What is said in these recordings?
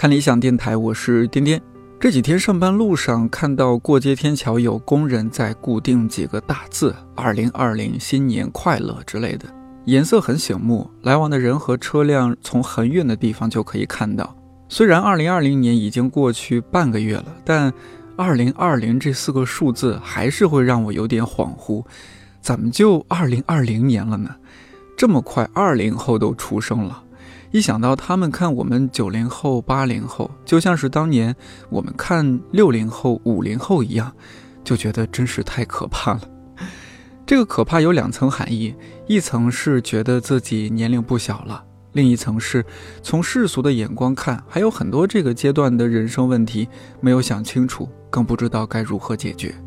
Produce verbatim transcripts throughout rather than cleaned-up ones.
看理想电台，我是颠颠。这几天上班路上看到过街天桥有工人在固定几个大字二零二零新年快乐之类的，颜色很醒目，来往的人和车辆从很远的地方就可以看到。虽然二零二零年已经过去半个月了，但二零二零这四个数字还是会让我有点恍惚，怎么就二零二零年了呢？这么快二零后都出生了，一想到他们看我们九零后八零后，就像是当年我们看六零后五零后一样，就觉得真是太可怕了。这个可怕有两层含义，一层是觉得自己年龄不小了，另一层是从世俗的眼光看，还有很多这个阶段的人生问题没有想清楚，更不知道该如何解决。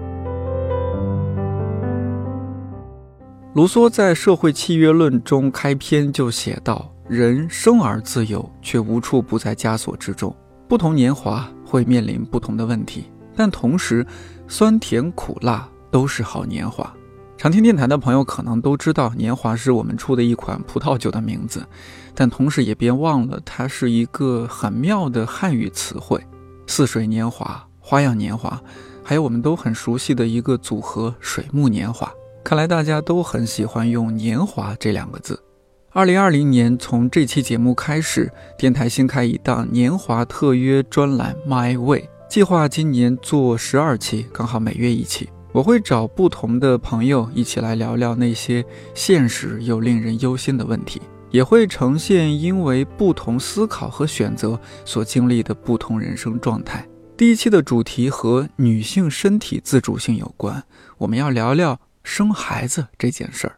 卢梭在《社会契约论》中开篇就写道，人生而自由，却无处不在枷锁之中。不同年华会面临不同的问题，但同时酸甜苦辣都是好年华。常听电台的朋友可能都知道，年华是我们出的一款葡萄酒的名字，但同时也别忘了它是一个很妙的汉语词汇，似水年华、花样年华，还有我们都很熟悉的一个组合水木年华。看来大家都很喜欢用年华这两个字。二零二零年从这期节目开始，电台新开一档年华特约专栏 My Way， 计划今年做十二期，刚好每月一期。我会找不同的朋友一起来聊聊那些现实又令人忧心的问题，也会呈现因为不同思考和选择所经历的不同人生状态。第一期的主题和女性身体自主性有关，我们要聊聊生孩子这件事儿。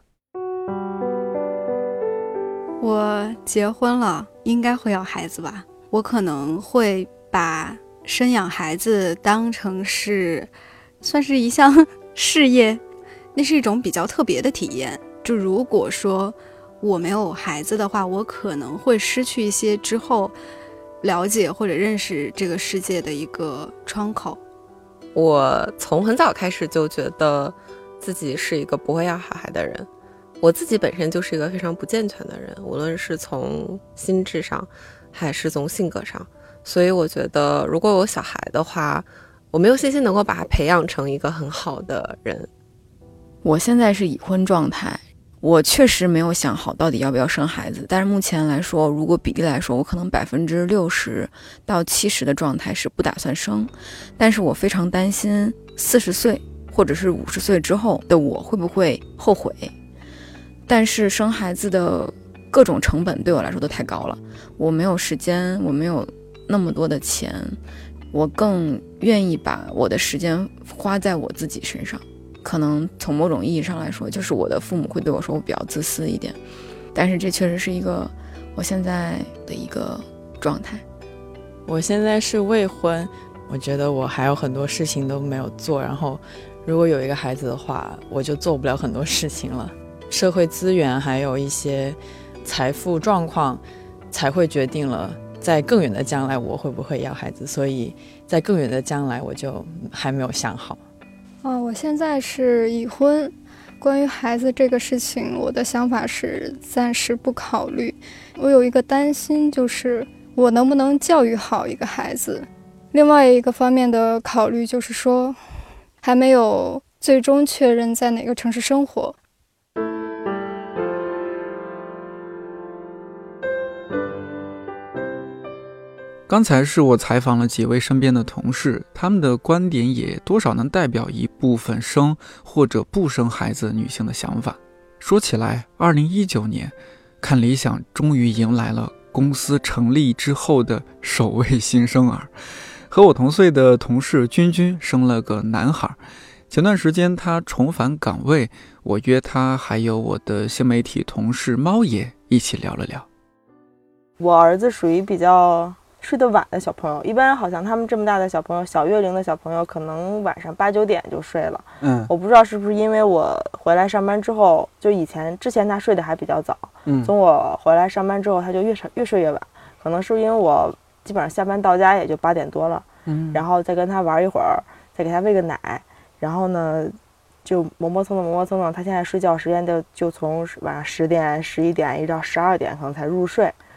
我结婚了，应该会要孩子吧。我可能会把生养孩子当成是算是一项事业，那是一种比较特别的体验。就如果说我没有孩子的话，我可能会失去一些之后了解或者认识这个世界的一个窗口。 我从很早开始就觉得自己是一个不会要小孩的人，我自己本身就是一个非常不健全的人，无论是从心智上还是从性格上，所以我觉得如果有小孩的话，我没有信心能够把他培养成一个很好的人。 我现在是已婚状态，我确实没有想好到底要不要生孩子，但是目前来说，如果比例来说，我可能百分之六十到七十的状态是不打算生，但是我非常担心四十岁或者是五十岁之后的我会不会后悔。但是生孩子的各种成本对我来说都太高了，我没有时间，我没有那么多的钱，我更愿意把我的时间花在我自己身上。可能从某种意义上来说，就是我的父母会对我说我比较自私一点，但是这确实是一个我现在的一个状态。 我现在是未婚，我觉得我还有很多事情都没有做，然后如果有一个孩子的话，我就做不了很多事情了。社会资源还有一些财富状况才会决定了在更远的将来我会不会要孩子，所以在更远的将来我就还没有想好。 啊，我现在是已婚，关于孩子这个事情，我的想法是暂时不考虑。我有一个担心，就是我能不能教育好一个孩子。另外一个方面的考虑就是说，还没有最终确认在哪个城市生活。 刚才是我采访了几位身边的同事，他们的观点也多少能代表一部分生或者不生孩子的女性的想法。说起来，二零一九年，看理想终于迎来了公司成立之后的首位新生儿，和我同岁的同事君君生了个男孩。前段时间他重返岗位，我约他还有我的新媒体同事猫爷一起聊了聊。 我儿子属于比较睡得晚的小朋友，一般好像他们这么大的小朋友，小月龄的小朋友，可能晚上八九点就睡了。嗯，我不知道是不是因为我回来上班之后，就以前之前他睡得还比较早，嗯，从我回来上班之后，他就越睡越睡越晚，可能是因为我基本上下班到家也就八点多了，嗯，然后再跟他玩一会儿，再给他喂个奶，然后呢，就磨磨蹭蹭磨磨蹭蹭，他现在睡觉时间就就从晚上十点、十一点一直到十二点，可能才入睡。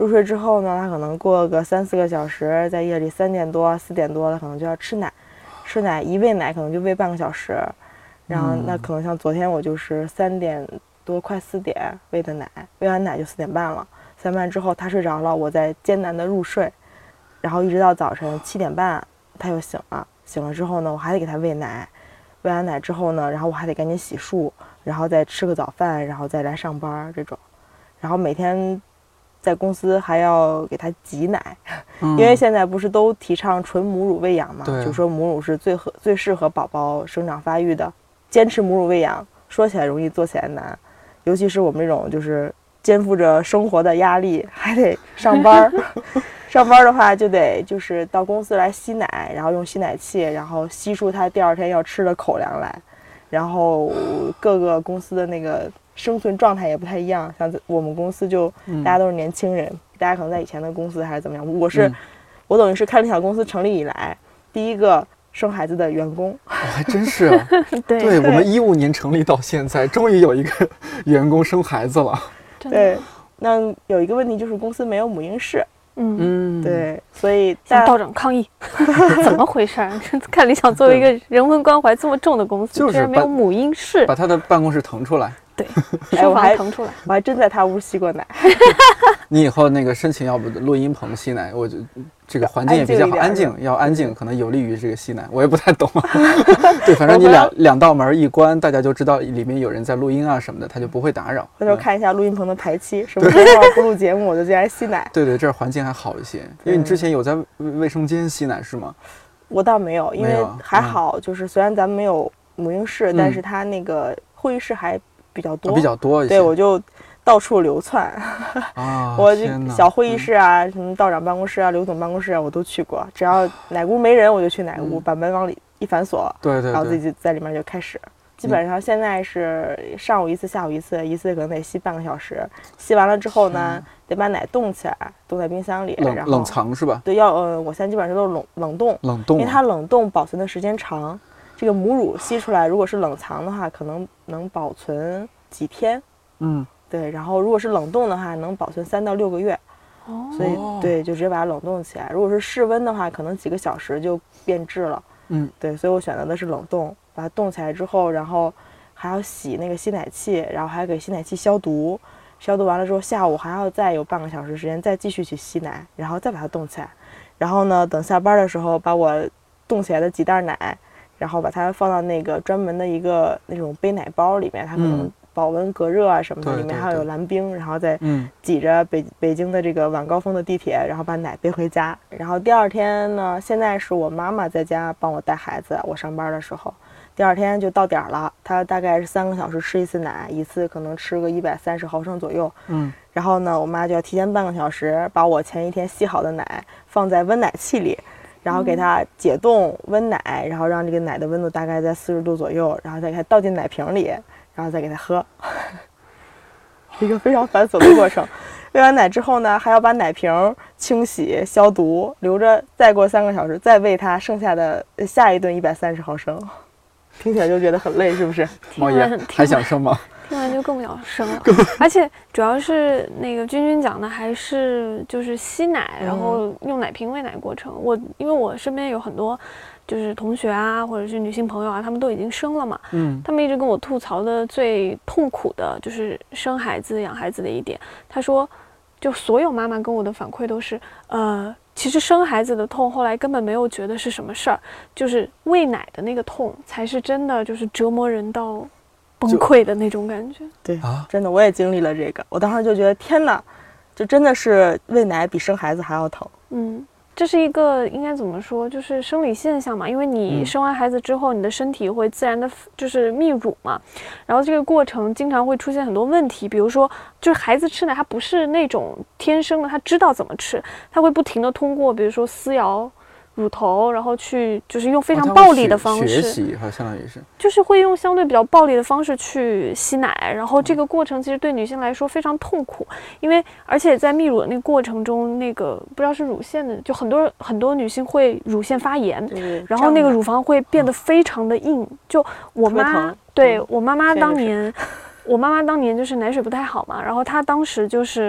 入睡之后呢，他可能过个三四个小时，在夜里三点多四点多了，可能就要吃奶，吃奶一喂奶可能就喂半个小时，然后那可能像昨天我就是三点多快四点喂的奶，喂完奶就四点半了，四点半之后他睡着了，我再艰难的入睡，然后一直到早晨七点半他又醒了，醒了之后呢，我还得给他喂奶，喂完奶之后呢，然后我还得赶紧洗漱，然后再吃个早饭，然后再来上班这种，然后每天在公司还要给他挤奶，嗯、因为现在不是都提倡纯母乳喂养嘛，就说母乳是最合最适合宝宝生长发育的。坚持母乳喂养，说起来容易，做起来难，尤其是我们这种就是肩负着生活的压力，还得上班上班的话就得就是到公司来吸奶，然后用吸奶器，然后吸出他第二天要吃的口粮来，然后各个公司的那个生存状态也不太一样，像我们公司就大家都是年轻人、嗯、大家可能在以前的公司还是怎么样，我是、嗯、我等于是开理想公司成立以来第一个生孩子的员工、 哦、还真是啊对, 对我们一五年成立到现在终于有一个员工生孩子了。 对，那有一个问题就是公司没有母婴室。 嗯， 对，所以向道长抗议怎么回事？看理想作为一个人文关怀这么重的公司， 就是居然没有母婴室， 把他的办公室腾出来。 对， 哎，我还腾出来， 我还真在他屋吸过奶。 你以后那个申请要不录音棚吸奶，我就这个环境也比较好，安静，要安静，可能有利于这个吸奶。我也不太懂啊。对，反正你两两道门一关，大家就知道里面有人在录音啊什么的，他就不会打扰。 回头看一下录音棚的排期，什么时候不录节目我就进来吸奶。 对对，这儿环境还好一些，因为你之前有在卫生间吸奶是吗？ 我倒没有，因为还好，就是虽然咱们没有母婴室， 嗯、 但是他那个会议室还比较多， 比较多一些。 对，我就到处流窜啊， 我小会议室啊、嗯，什么道长办公室啊、刘总办公室啊，我都去过。只要哪屋没人，我就去哪屋，嗯、把门往里一反锁， 对 对, 对， 然后自己在里面就开始。基本上现在是上午一次，下午一次，一次可能得吸半个小时。吸完了之后呢，得把奶冻起来，冻在冰箱里， 冷然后冷藏是吧？ 对，要呃，我现在基本上都是冷冷冻， 冷冻、啊， 因为它冷冻保存的时间长。这个母乳吸出来，如果是冷藏的话，可能能保存几天。 嗯， 对。然后如果是冷冻的话，能保存三到六个月。 哦。 所以对，就直接把它冷冻起来。如果是室温的话，可能几个小时就变质了。 嗯， 对。所以我选择的是冷冻，把它冻起来之后，然后还要洗那个吸奶器，然后还要给吸奶器消毒。消毒完了之后，下午还要再有半个小时时间再继续去吸奶，然后再把它冻起来。然后呢，等下班的时候，把我冻起来的几袋奶，然后把它放到那个专门的一个那种背奶包里面，它可能保温隔热啊什么的， 嗯、 里面还有蓝冰，然后再嗯挤着北北京的这个晚高峰的地铁，然后把奶背回家。然后第二天呢，现在是我妈妈在家帮我带孩子，我上班的时候。第二天就到点了，他大概是三个小时吃一次奶，一次可能吃个一百三十毫升左右。 嗯， 然后呢，我妈就要提前半个小时把我前一天吸好的奶放在温奶器里，然后给它解冻温奶，然后让这个奶的温度大概在四十度左右，然后再给它倒进奶瓶里，然后再给它喝，一个非常繁琐的过程。喂完奶之后呢，还要把奶瓶清洗消毒，留着再过三个小时再喂它剩下的下一顿一百三十毫升。听起来就觉得很累，是不是？ 猫爷还想生吗？ 听完就更不想生了。而且主要是那个君君讲的还是就是吸奶，然后用奶瓶喂奶过程。我因为我身边有很多就是同学啊，或者是女性朋友啊，他们都已经生了嘛。嗯。他们一直跟我吐槽的最痛苦的就是生孩子、养孩子的一点。他说，就所有妈妈跟我的反馈都是，呃。其实生孩子的痛后来根本没有觉得是什么事儿，就是喂奶的那个痛才是真的就是折磨人到崩溃的那种感觉。 对啊，真的我也经历了这个，我当时就觉得天哪，就真的是喂奶比生孩子还要疼。 嗯，这是一个应该怎么说，就是生理现象嘛，因为你生完孩子之后，你的身体会自然的就是泌乳嘛，然后这个过程经常会出现很多问题，比如说就是孩子吃奶，他不是那种天生的，他知道怎么吃，他会不停的通过比如说撕咬乳头，然后去就是用非常暴力的方式、 哦、学习，好相当于是就是会用相对比较暴力的方式去吸奶，然后这个过程其实对女性来说非常痛苦，因为而且在泌乳的那个过程中，那个不知道是乳腺的，就很多很多女性会乳腺发炎，然后那个乳房会变得非常的硬。就我妈，对我妈妈当年，我妈妈当年就是奶水不太好嘛，然后她当时就是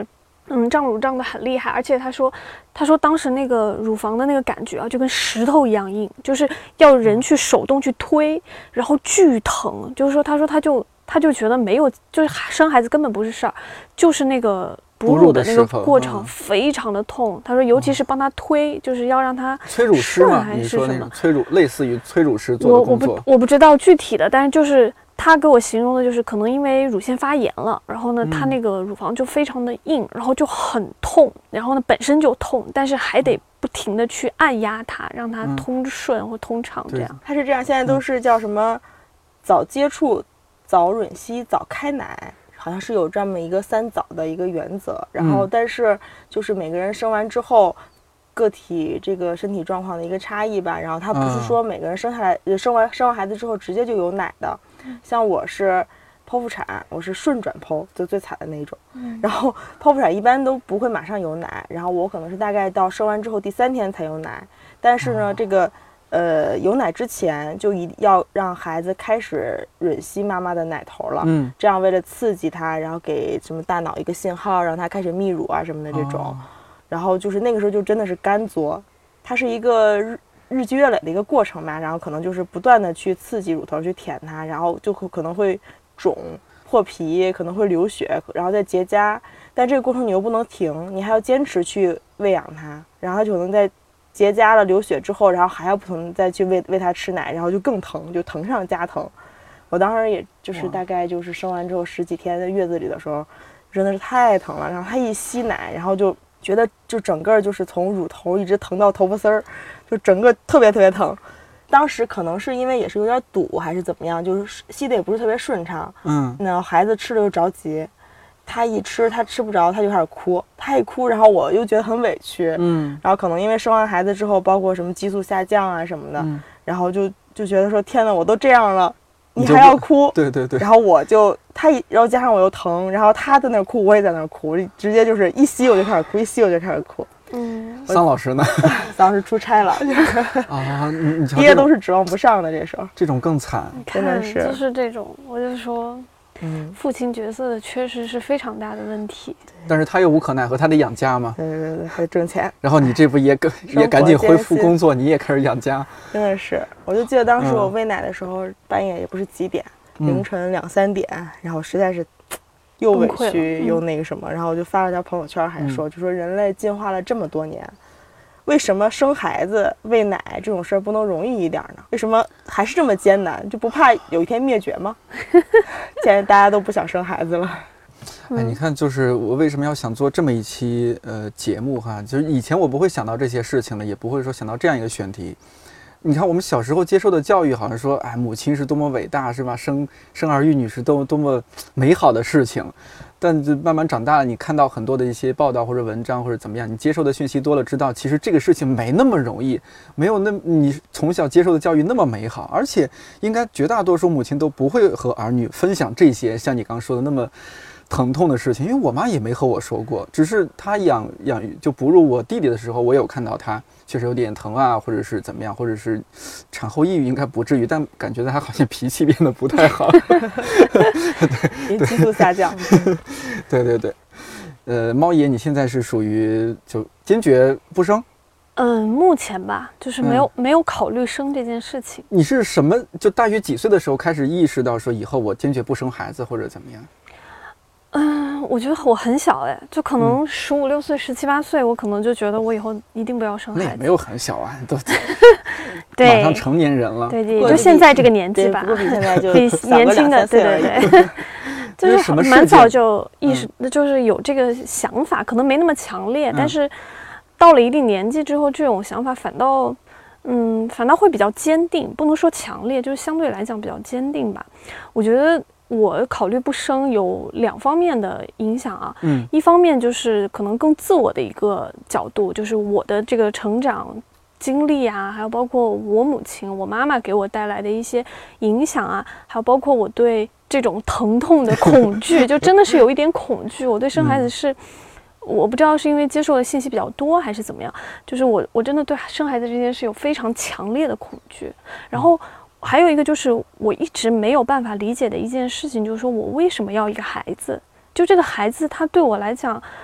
嗯，胀乳胀得很厉害，而且他说，他说当时那个乳房的那个感觉啊，就跟石头一样硬，就是要人去手动去推，然后巨疼。就是说，他说他就他就觉得没有，就是生孩子根本不是事儿，就是那个哺乳的那个过程非常的痛。他说，尤其是帮他推，就是要让他催乳师嘛，你说那种催乳，类似于催乳师做的工作。 我我不我不知道具体的，但是就是。他给我形容的就是可能因为乳腺发炎了，然后呢，他那个乳房就非常的硬，然后就很痛，然后呢本身就痛，但是还得不停的去按压它，让它通顺或通畅这样。 它是这样，现在都是叫什么早接触、早吮吸、早开奶，好像是有这么一个三早的一个原则。然后但是就是每个人生完之后。个体这个身体状况的一个差异吧，然后它不是说每个人生下来、嗯、生完生完孩子之后直接就有奶的，像我是剖腹产，我是顺转剖，就最惨的那一种。嗯、然后剖腹产一般都不会马上有奶，然后我可能是大概到生完之后第三天才有奶，但是呢，哦、这个呃有奶之前就一定要让孩子开始吮吸妈妈的奶头了，嗯，这样为了刺激他，然后给什么大脑一个信号，让他开始泌乳啊什么的这种。哦，然后就是那个时候就真的是干作，它是一个日日积月累的一个过程嘛，然后可能就是不断的去刺激乳头去舔它，然后就可能会肿破皮，可能会流血，然后再结痂，但这个过程你又不能停，你还要坚持去喂养它，然后它就可能在结痂了流血之后，然后还要不停再去喂喂它吃奶，然后就更疼，就疼上加疼。我当时也就是大概就是生完之后十几天在月子里的时候真的是太疼了，然后它一吸奶，然后就觉得就整个就是从乳头一直疼到头发丝儿，就整个特别特别疼。当时可能是因为也是有点堵还是怎么样，就是吸的也不是特别顺畅。嗯，然后孩子吃了又着急，他一吃他吃不着他就开始哭，他一哭然后我又觉得很委屈。嗯，然后可能因为生完孩子之后包括什么激素下降啊什么的，嗯、然后就就觉得说天哪，我都这样了。你还要哭， 对对对， 然后我就他，然后加上我又疼，然后他在那儿哭，我也在那儿哭，直接就是一吸我就开始哭，一吸我就开始哭。 嗯，桑老师呢？ 桑老师出差了啊，你你爹都是指望不上的，这时候这种更惨， 真的是就是这种，我就说。嗯，父亲角色的缺失是非常大的问题， 但是他又无可奈何，他得养家嘛， 对对对，还挣钱。 然后你这不也更也赶紧恢复工作，你也开始养家， 真的是。我就记得当时我喂奶的时候，嗯、半夜也不是几点，凌晨两三点，然后实在是又委屈又那个什么，然后我就发了条朋友圈，还说、嗯、就说人类进化了这么多年。为什么生孩子喂奶这种事儿不能容易一点呢？为什么还是这么艰难？就不怕有一天灭绝吗？现在大家都不想生孩子了。 哎，你看，就是我为什么要想做这么一期呃节目哈？就是以前我不会想到这些事情的，也不会说想到这样一个选题。你看，我们小时候接受的教育好像说，哎，母亲是多么伟大，是吧？生生儿育女是多多么美好的事情。但就慢慢长大了，你看到很多的一些报道或者文章或者怎么样，你接受的讯息多了，知道其实这个事情没那么容易，没有那你从小接受的教育那么美好，而且应该绝大多数母亲都不会和儿女分享这些像你刚刚说的那么疼痛的事情，因为我妈也没和我说过，只是她养养就哺乳我弟弟的时候，我有看到她确实有点疼啊，或者是怎么样，或者是产后抑郁应该不至于，但感觉她好像脾气变得不太好， 对，激素下降。 对对对，呃，猫爷，你现在是属于就坚决不生？ 嗯，目前吧，就是没有、嗯、没有考虑生这件事情。 你是什么？就大约几岁的时候开始意识到说以后我坚决不生孩子或者怎么样？ 嗯，我觉得我很小哎，就可能十五六岁、十七八岁，我可能就觉得我以后一定不要生孩子。 那也没有很小啊，都对， 马上成年人了。 对对，就现在这个年纪吧， 比现在就比年轻的，对对对，就是蛮早就意识，嗯、就是有这个想法，可能没那么强烈，嗯、但是到了一定年纪之后，这种想法反倒，嗯，反倒会比较坚定，不能说强烈，就是相对来讲比较坚定吧。我觉得。我考虑不生有两方面的影响啊，嗯，一方面就是可能更自我的一个角度，就是我的这个成长经历啊，还有包括我母亲、我妈妈给我带来的一些影响啊，还有包括我对这种疼痛的恐惧，就真的是有一点恐惧。我对生孩子是，嗯、我不知道是因为接受的信息比较多还是怎么样，就是我我真的对生孩子这件事有非常强烈的恐惧，然后。还有一个就是我一直没有办法理解的一件事情，就是说我为什么要一个孩子？就这个孩子，他对我来讲，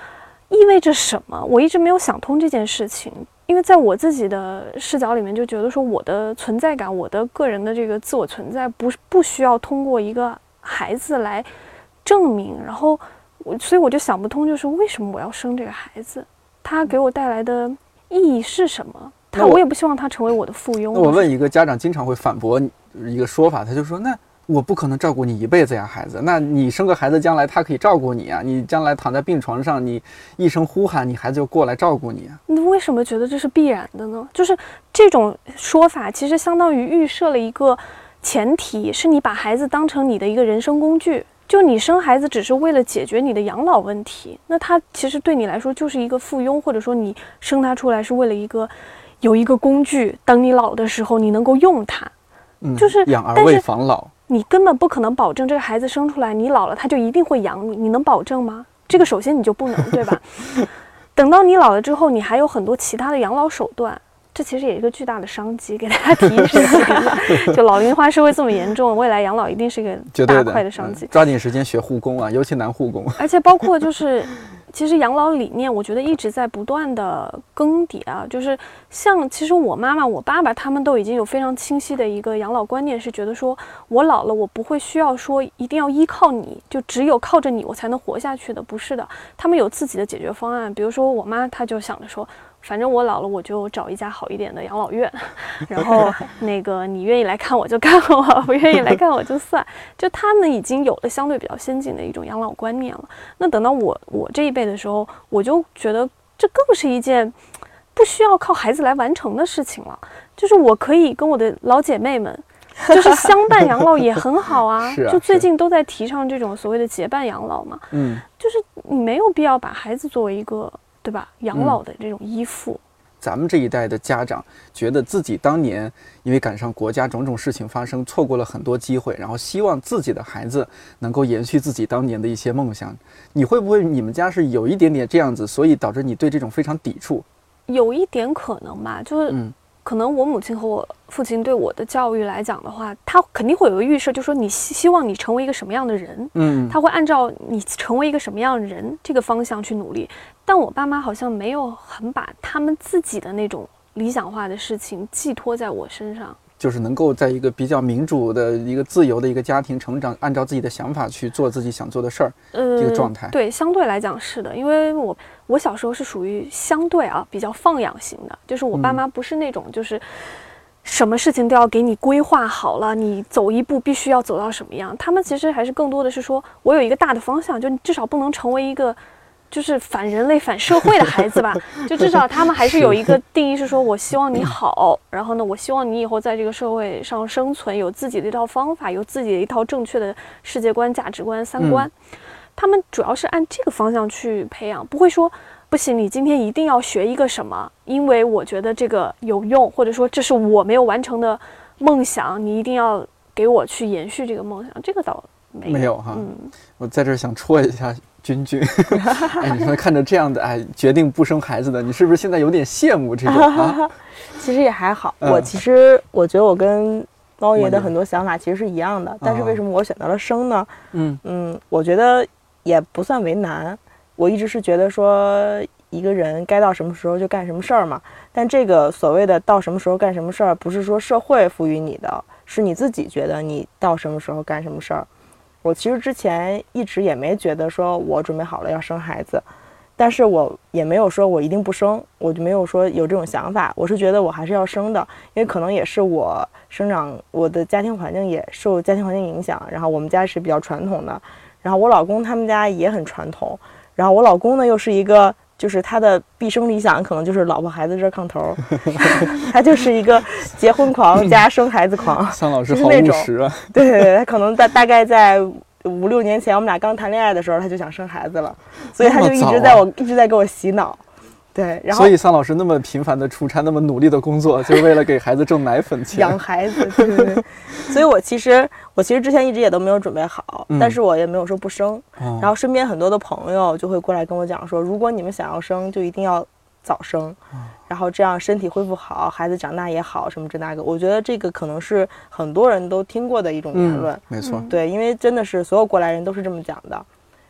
意味着什么？我一直没有想通这件事情。因为在我自己的视角里面，就觉得说我的存在感，我的个人的这个自我存在，不不需要通过一个孩子来证明。然后我，所以我就想不通，就是为什么我要生这个孩子？他给我带来的意义是什么？他我也不希望他成为我的附庸。 那我问一个家长经常会反驳一个说法，他就说那。我不可能照顾你一辈子呀，孩子。那你生个孩子，将来他可以照顾你啊。你将来躺在病床上，你一声呼喊，你孩子就过来照顾你啊。 你为什么觉得这是必然的呢？就是这种说法，其实相当于预设了一个前提，是你把孩子当成你的一个人生工具。就你生孩子只是为了解决你的养老问题，那他其实对你来说就是一个附庸，或者说你生他出来是为了一个有一个工具，等你老的时候你能够用它。 嗯， 就是养儿为防老。 你根本不可能保证这个孩子生出来，你老了他就一定会养你，你能保证吗？这个首先你就不能，对吧？等到你老了之后，你还有很多其他的养老手段，这其实也是一个巨大的商机，给大家提示一下。就老龄化社会这么严重，未来养老一定是一个大块的商机。 抓紧时间学护工啊，尤其男护工。 而且包括就是。其实养老理念，我觉得一直在不断的更迭啊。就是像，其实我妈妈、我爸爸他们都已经有非常清晰的一个养老观念，是觉得说我老了，我不会需要说一定要依靠你，就只有靠着你我才能活下去的，不是的。他们有自己的解决方案。比如说我妈，她就想着说，反正我老了，我就找一家好一点的养老院，然后那个你愿意来看我就看我，不愿意来看我就算。就他们已经有了相对比较先进的一种养老观念了。那等到我我这一辈的时候，我就觉得这更是一件不需要靠孩子来完成的事情了。就是我可以跟我的老姐妹们，就是相伴养老也很好啊。 是啊， 就最近都在提倡这种所谓的结伴养老嘛。 嗯， 就是你没有必要把孩子作为一个。对吧？养老的这种依附、嗯， 咱们这一代的家长觉得自己当年因为赶上国家种种事情发生，错过了很多机会，然后希望自己的孩子能够延续自己当年的一些梦想。你会不会你们家是有一点点这样子，所以导致你对这种非常抵触？ 有一点可能吧，就是。嗯可能我母亲和我父亲对我的教育来讲的话，他肯定会有个预设，就是说你希望你成为一个什么样的人，嗯，他会按照你成为一个什么样的人这个方向去努力。但我爸妈好像没有很把他们自己的那种理想化的事情寄托在我身上， 就是能够在一个比较民主的一个自由的一个家庭成长，按照自己的想法去做自己想做的事儿，呃，这个状态。 对，相对来讲是的，因为我我小时候是属于相对啊比较放养型的，就是我爸妈不是那种就是什么事情都要给你规划好了，你走一步必须要走到什么样。他们其实还是更多的是说我有一个大的方向，就至少不能成为一个。就是反人类、反社会的孩子吧，就至少他们还是有一个定义，是说我希望你好，然后呢，我希望你以后在这个社会上生存，有自己的一套方法，有自己的一套正确的世界观、价值观、三观。嗯、他们主要是按这个方向去培养，不会说不行，你今天一定要学一个什么，因为我觉得这个有用，或者说这是我没有完成的梦想，你一定要给我去延续这个梦想。这个倒没有， 没有哈。嗯，我在这儿想戳一下。君君，哎，你说看着这样的，哎，决定不生孩子的，你是不是现在有点羡慕这种啊？ 其实也还好，嗯、我其实我觉得我跟猫爷的很多想法其实是一样的，但是为什么我选择了生呢？嗯嗯，我觉得也不算为难，我一直是觉得说一个人该到什么时候就干什么事儿嘛，但这个所谓的到什么时候干什么事儿，不是说社会赋予你的，是你自己觉得你到什么时候干什么事儿。我其实之前一直也没觉得说我准备好了要生孩子，但是我也没有说我一定不生，我就没有说有这种想法。我是觉得我还是要生的，因为可能也是我生长，我的家庭环境也受家庭环境影响，然后我们家是比较传统的，然后我老公他们家也很传统，然后我老公呢又是一个就是他的毕生理想可能就是老婆孩子热炕头他就是一个结婚狂加生孩子狂。 桑老师好务实啊。 对对对，他可能大大概在五六年前我们俩刚谈恋爱的时候他就想生孩子了，所以他就一直在我、啊、一直在给我洗脑。对，然后所以桑老师那么频繁的出差，那么努力的工作，就是为了给孩子挣奶粉钱养孩子。对对对。所以我其实我其实之前一直也都没有准备好、嗯、但是我也没有说不生、嗯、然后身边很多的朋友就会过来跟我讲说，如果你们想要生就一定要早生、嗯、然后这样身体恢复好，孩子长大也好什么这那个。我觉得这个可能是很多人都听过的一种言论、 嗯、没错。 对，因为真的是所有过来人都是这么讲的。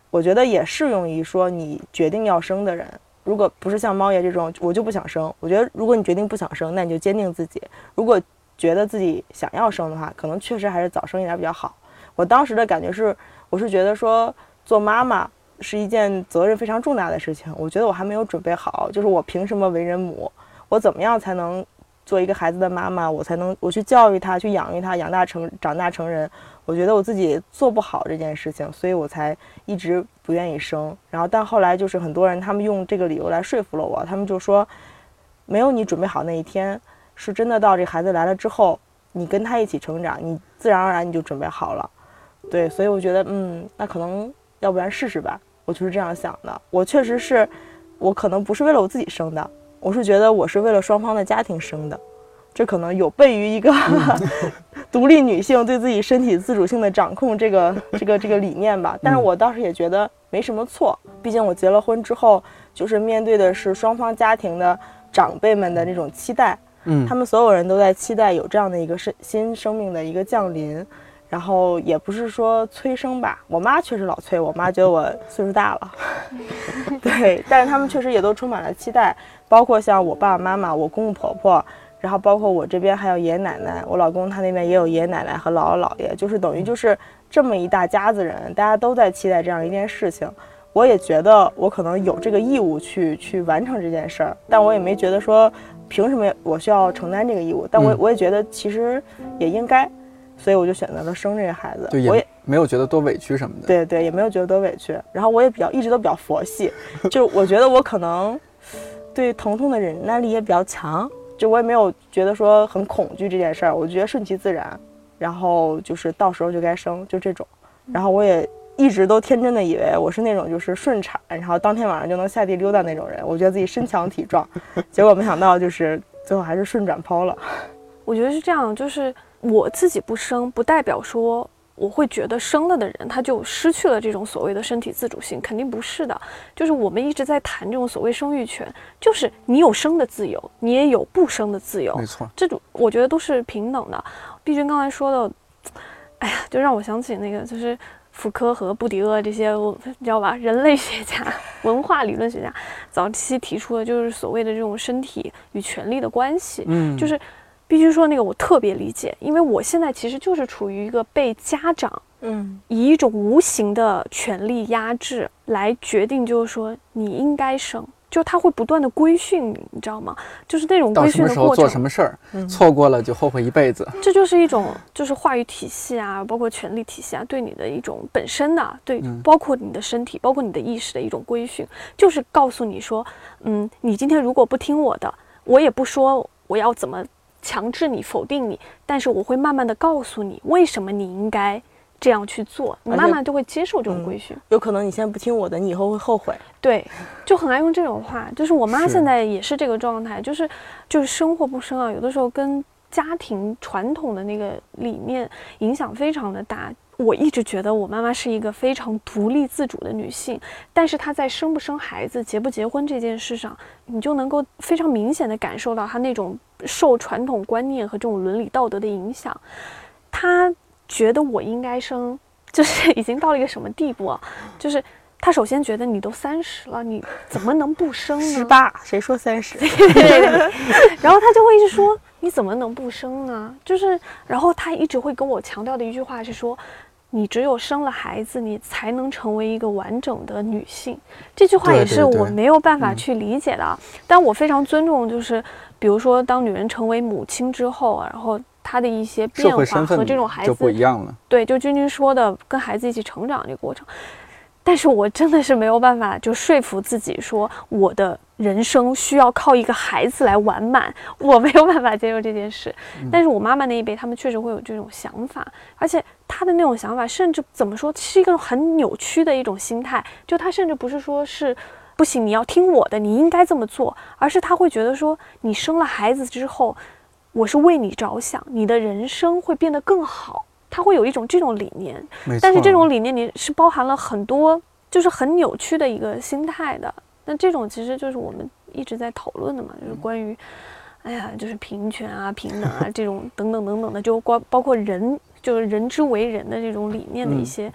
我觉得也适用于说你决定要生的人。如果不是像猫爷这种我就不想生，我觉得如果你决定不想生，那你就坚定自己，如果觉得自己想要生的话，可能确实还是早生一点比较好。我当时的感觉是，我是觉得说做妈妈是一件责任非常重大的事情，我觉得我还没有准备好，就是我凭什么为人母，我怎么样才能做一个孩子的妈妈，我才能我去教育他，去养育他，养大成长大成人，我觉得我自己做不好这件事情，所以我才一直不愿意生。然后但后来就是很多人他们用这个理由来说服了我，他们就说没有你准备好那一天，是真的到这孩子来了之后，你跟他一起成长，你自然而然你就准备好了。对，所以我觉得嗯，那可能要不然试试吧，我就是这样想的。我确实是，我可能不是为了我自己生的，我是觉得我是为了双方的家庭生的，这可能有悖于一个独立女性对自己身体自主性的掌控这个这个这个理念吧。但是我倒是也觉得没什么错，毕竟我结了婚之后，就是面对的是双方家庭的长辈们的那种期待，嗯，他们所有人都在期待有这样的一个生新生命的一个降临。然后也不是说催生吧，我妈确实老催，我妈觉得我岁数大了对，但是他们确实也都充满了期待，包括像我爸爸妈妈，我公公婆婆，然后包括我这边还有爷爷奶奶，我老公他那边也有爷爷奶奶和姥姥姥爷，就是等于就是这么一大家子人，大家都在期待这样一件事情。我也觉得我可能有这个义务去去完成这件事儿，但我也没觉得说凭什么我需要承担这个义务，但我我也觉得其实也应该，所以我就选择了生这个孩子。 就也没有觉得多委屈什么的。 对对，也没有觉得多委屈。然后我也比较一直都比较佛系，就我觉得我可能对疼痛的忍耐力也比较强，就我也没有觉得说很恐惧这件事儿，我觉得顺其自然，然后就是到时候就该生，就这种。然后我也一直都天真的以为我是那种就是顺产，然后当天晚上就能下地溜达那种人，我觉得自己身强体壮，结果没想到就是最后还是顺转剖了。 我觉得是这样，就是我自己不生，不代表说我会觉得生了的人他就失去了这种所谓的身体自主性，肯定不是的。就是我们一直在谈这种所谓生育权，就是你有生的自由，你也有不生的自由， 没错， 这种我觉得都是平等的。毕竟刚才说的，哎呀，就让我想起那个就是福柯和布迪厄这些，你知道吧？人类学家、文化理论学家早期提出的就是所谓的这种身体与权利的关系，嗯，就是。必须说那个我特别理解，因为我现在其实就是处于一个被家长嗯以一种无形的权力压制来决定，就是说你应该生，就他会不断的规训你，你知道吗？就是那种规训的过程， 到什么时候做什么事儿、嗯、错过了就后悔一辈子。 这就是一种就是话语体系啊，包括权力体系啊，对你的一种本身的、啊、对、嗯，包括你的身体，包括你的意识的一种规训，就是告诉你说，嗯，你今天如果不听我的，我也不说我要怎么强制你否定你，但是我会慢慢的告诉你为什么你应该这样去做，你慢慢就会接受这种规训、嗯、 有可能你现在不听我的，你以后会后悔。 对，就很爱用这种话，就是我妈现在也是这个状态，就是就是生或不生啊，有的时候跟家庭传统的那个理念影响非常的大。我一直觉得我妈妈是一个非常独立自主的女性，但是她在生不生孩子、结不结婚这件事上，你就能够非常明显的感受到她那种受传统观念和这种伦理道德的影响。她觉得我应该生，就是已经到了一个什么地步啊？就是她首先觉得你都三十了，你怎么能不生呢？ 十八，谁说三十？ 然后她就会一直说你怎么能不生呢？就是，然后她一直会跟我强调的一句话是说，你只有生了孩子，你才能成为一个完整的女性。这句话也是我没有办法去理解的，对对对、嗯、但我非常尊重，就是比如说当女人成为母亲之后，然后她的一些变化和这种孩子就不一样了。 对，就君君说的跟孩子一起成长这个过程。但是我真的是没有办法就说服自己说我的人生需要靠一个孩子来完满，我没有办法接受这件事、嗯、但是我妈妈那一辈他们确实会有这种想法，而且她的那种想法甚至怎么说是一个很扭曲的一种心态，就她甚至不是说是不行你要听我的你应该这么做，而是她会觉得说你生了孩子之后我是为你着想，你的人生会变得更好，他会有一种这种理念，但是这种理念你是包含了很多就是很扭曲的一个心态的。那这种其实就是我们一直在讨论的嘛，就是关于哎呀就是平权啊平等啊这种等等等等的，就包包括人就是人之为人的这种理念的一些、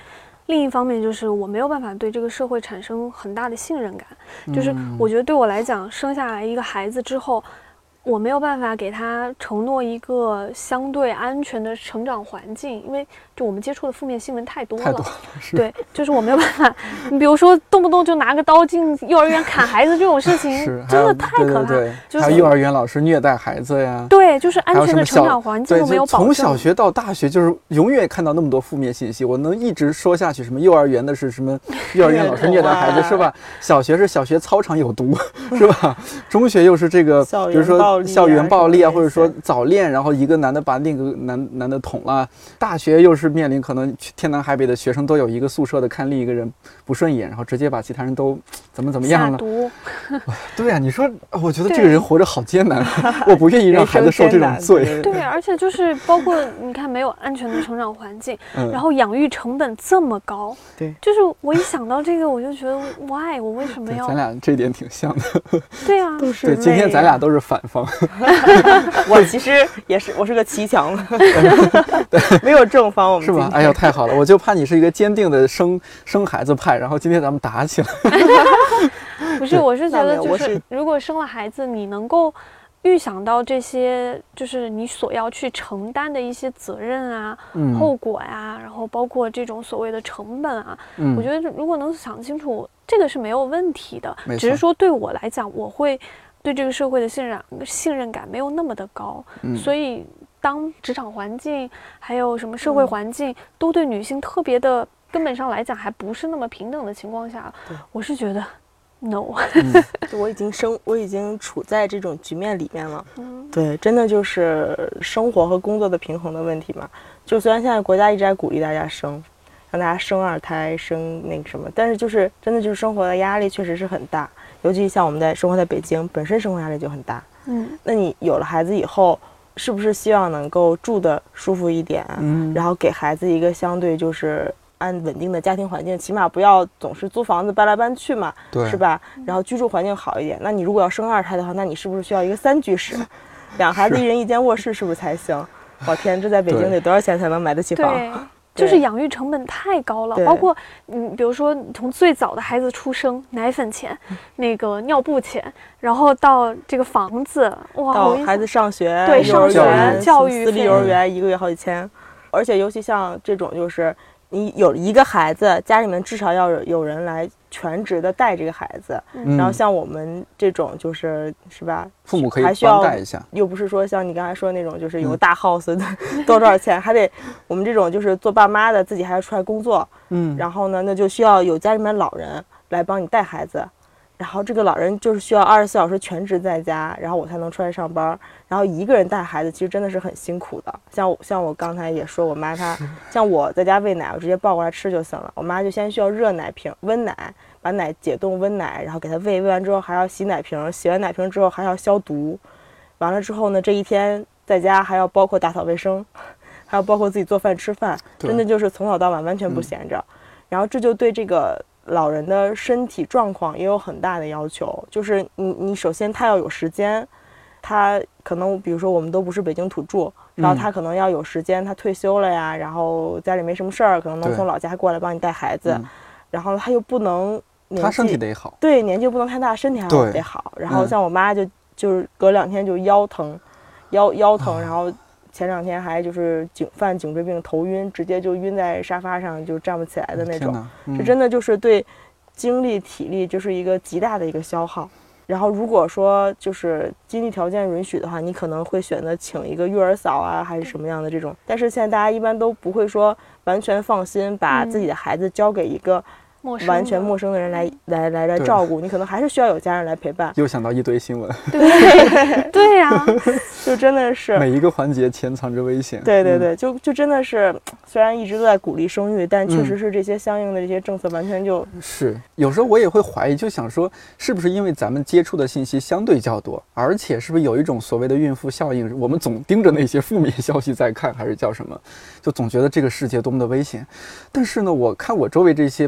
另一方面就是我没有办法对这个社会产生很大的信任感，就是我觉得对我来讲，生下来一个孩子之后，我没有办法给他承诺一个相对安全的成长环境，因为就我们接触的负面新闻太多了， 太多了，是对，就是我没有办法。你比如说，动不动就拿个刀进幼儿园砍孩子这种事情，真的太可怕。 对对对， 就是还有幼儿园老师虐待孩子呀， 对，就是安全的成长环境都没有保证。 从小学到大学，就是永远看到那么多负面信息，我能一直说下去。什么幼儿园的是什么幼儿园老师虐待孩子是吧？小学是小学操场有毒是吧？中学又是这个，比如说校园暴力啊，或者说早恋，然后一个男的把另一个男男的捅了。大学又是面临可能天南海北的学生都有一个宿舍的看另一个人不顺眼，然后直接把其他人都怎么怎么样了。 下毒。 对啊，你说，我觉得这个人活着好艰难，我不愿意让孩子受这种罪。 对，而且就是包括你看没有安全的成长环境，嗯、然后养育成本这么高， 对， 就是我一想到这个，我就觉得 why 我为什么要？ 咱俩这一点挺像的。 对啊， 都是对，今天咱俩都是反方。 我其实也是，我是个骑墙，没有正方，我们是吧？哎呦，太好了！我就怕你是一个坚定的生生孩子派，然后今天咱们打起来。 不是，我是觉得就是如果生了孩子，你能够预想到这些，就是你所要去承担的一些责任啊、嗯、后果呀、啊，然后包括这种所谓的成本啊，嗯、我觉得如果能想清楚，这个是没有问题的。只是说对我来讲，我会对这个社会的信任信任感没有那么的高，嗯、所以当职场环境还有什么社会环境、嗯、都对女性特别的根本上来讲还不是那么平等的情况下，我是觉得。no， 嗯、我已经生，我已经处在这种局面里面了。嗯，对，真的就是生活和工作的平衡的问题嘛。就虽然现在国家一直在鼓励大家生，让大家生二胎、生那个什么，但是就是真的就是生活的压力确实是很大，尤其像我们在生活在北京，本身生活压力就很大。嗯，那你有了孩子以后，是不是希望能够住得舒服一点？嗯，然后给孩子一个相对就是按稳定的家庭环境，起码不要总是租房子搬来搬去嘛，对，是吧？然后居住环境好一点。那你如果要生二胎的话，那你是不是需要一个三居室，两孩子一人一间卧室，是不是才行？我天，这在北京得多少钱才能买得起房？ 对，就是养育成本太高了。包括嗯，比如说从最早的孩子出生，奶粉钱，那个尿布钱，然后到这个房子，哇， 到孩子上学， 对，上学教育， 私立幼儿园一个月好几千，而且尤其像这种就是。你有一个孩子，家里面至少要有有人来全职的带这个孩子，嗯、然后像我们这种就是是吧， 父母可以还需要带一下， 又不是说像你刚才说的那种，就是有个大 house 的、嗯、多少钱，还得我们这种就是做爸妈的自己还要出来工作，嗯，然后呢，那就需要有家里面老人来帮你带孩子。然后这个老人就是需要二十四小时全职在家，然后我才能出来上班。然后一个人带孩子其实真的是很辛苦的。像我像我刚才也说，我妈她像我在家喂奶，我直接抱过来吃就行了。我妈就先需要热奶瓶、温奶，把奶解冻温奶，然后给她喂，喂完之后还要洗奶瓶，洗完奶瓶之后还要消毒。完了之后呢，这一天在家还要包括打扫卫生，还要包括自己做饭吃饭，真的就是从早到晚完全不闲着。嗯、然后这就对这个。老人的身体状况也有很大的要求，就是你你首先他要有时间，他可能比如说我们都不是北京土著，然后他可能要有时间，他退休了呀，然后家里没什么事儿，可能能从老家过来帮你带孩子，嗯、然后他又不能他身体得好， 对，年纪不能太大，身体还得好。然后像我妈就就是隔两天就腰疼，腰腰疼，然后。前两天还就是颈犯颈椎病头晕，直接就晕在沙发上就站不起来的那种，这、嗯、真的就是对精力体力就是一个极大的一个消耗。然后如果说就是经济条件允许的话，你可能会选择请一个育儿嫂啊，还是什么样的这种。但是现在大家一般都不会说完全放心把自己的孩子交给一个。完全陌生的人来来来来照顾你，可能还是需要有家人来陪伴。 又想到一堆新闻， 对对呀、啊， 就真的是每一个环节潜藏着危险。 对对对，嗯、就就真的是，虽然一直都在鼓励生育，但确实是这些相应的这些政策完全就、 嗯、是。有时候我也会怀疑，就想说，是不是因为咱们接触的信息相对较多，而且是不是有一种所谓的孕妇效应，我们总盯着那些负面消息在看，还是叫什么？就总觉得这个世界多么的危险。但是呢，我看我周围这些，不管是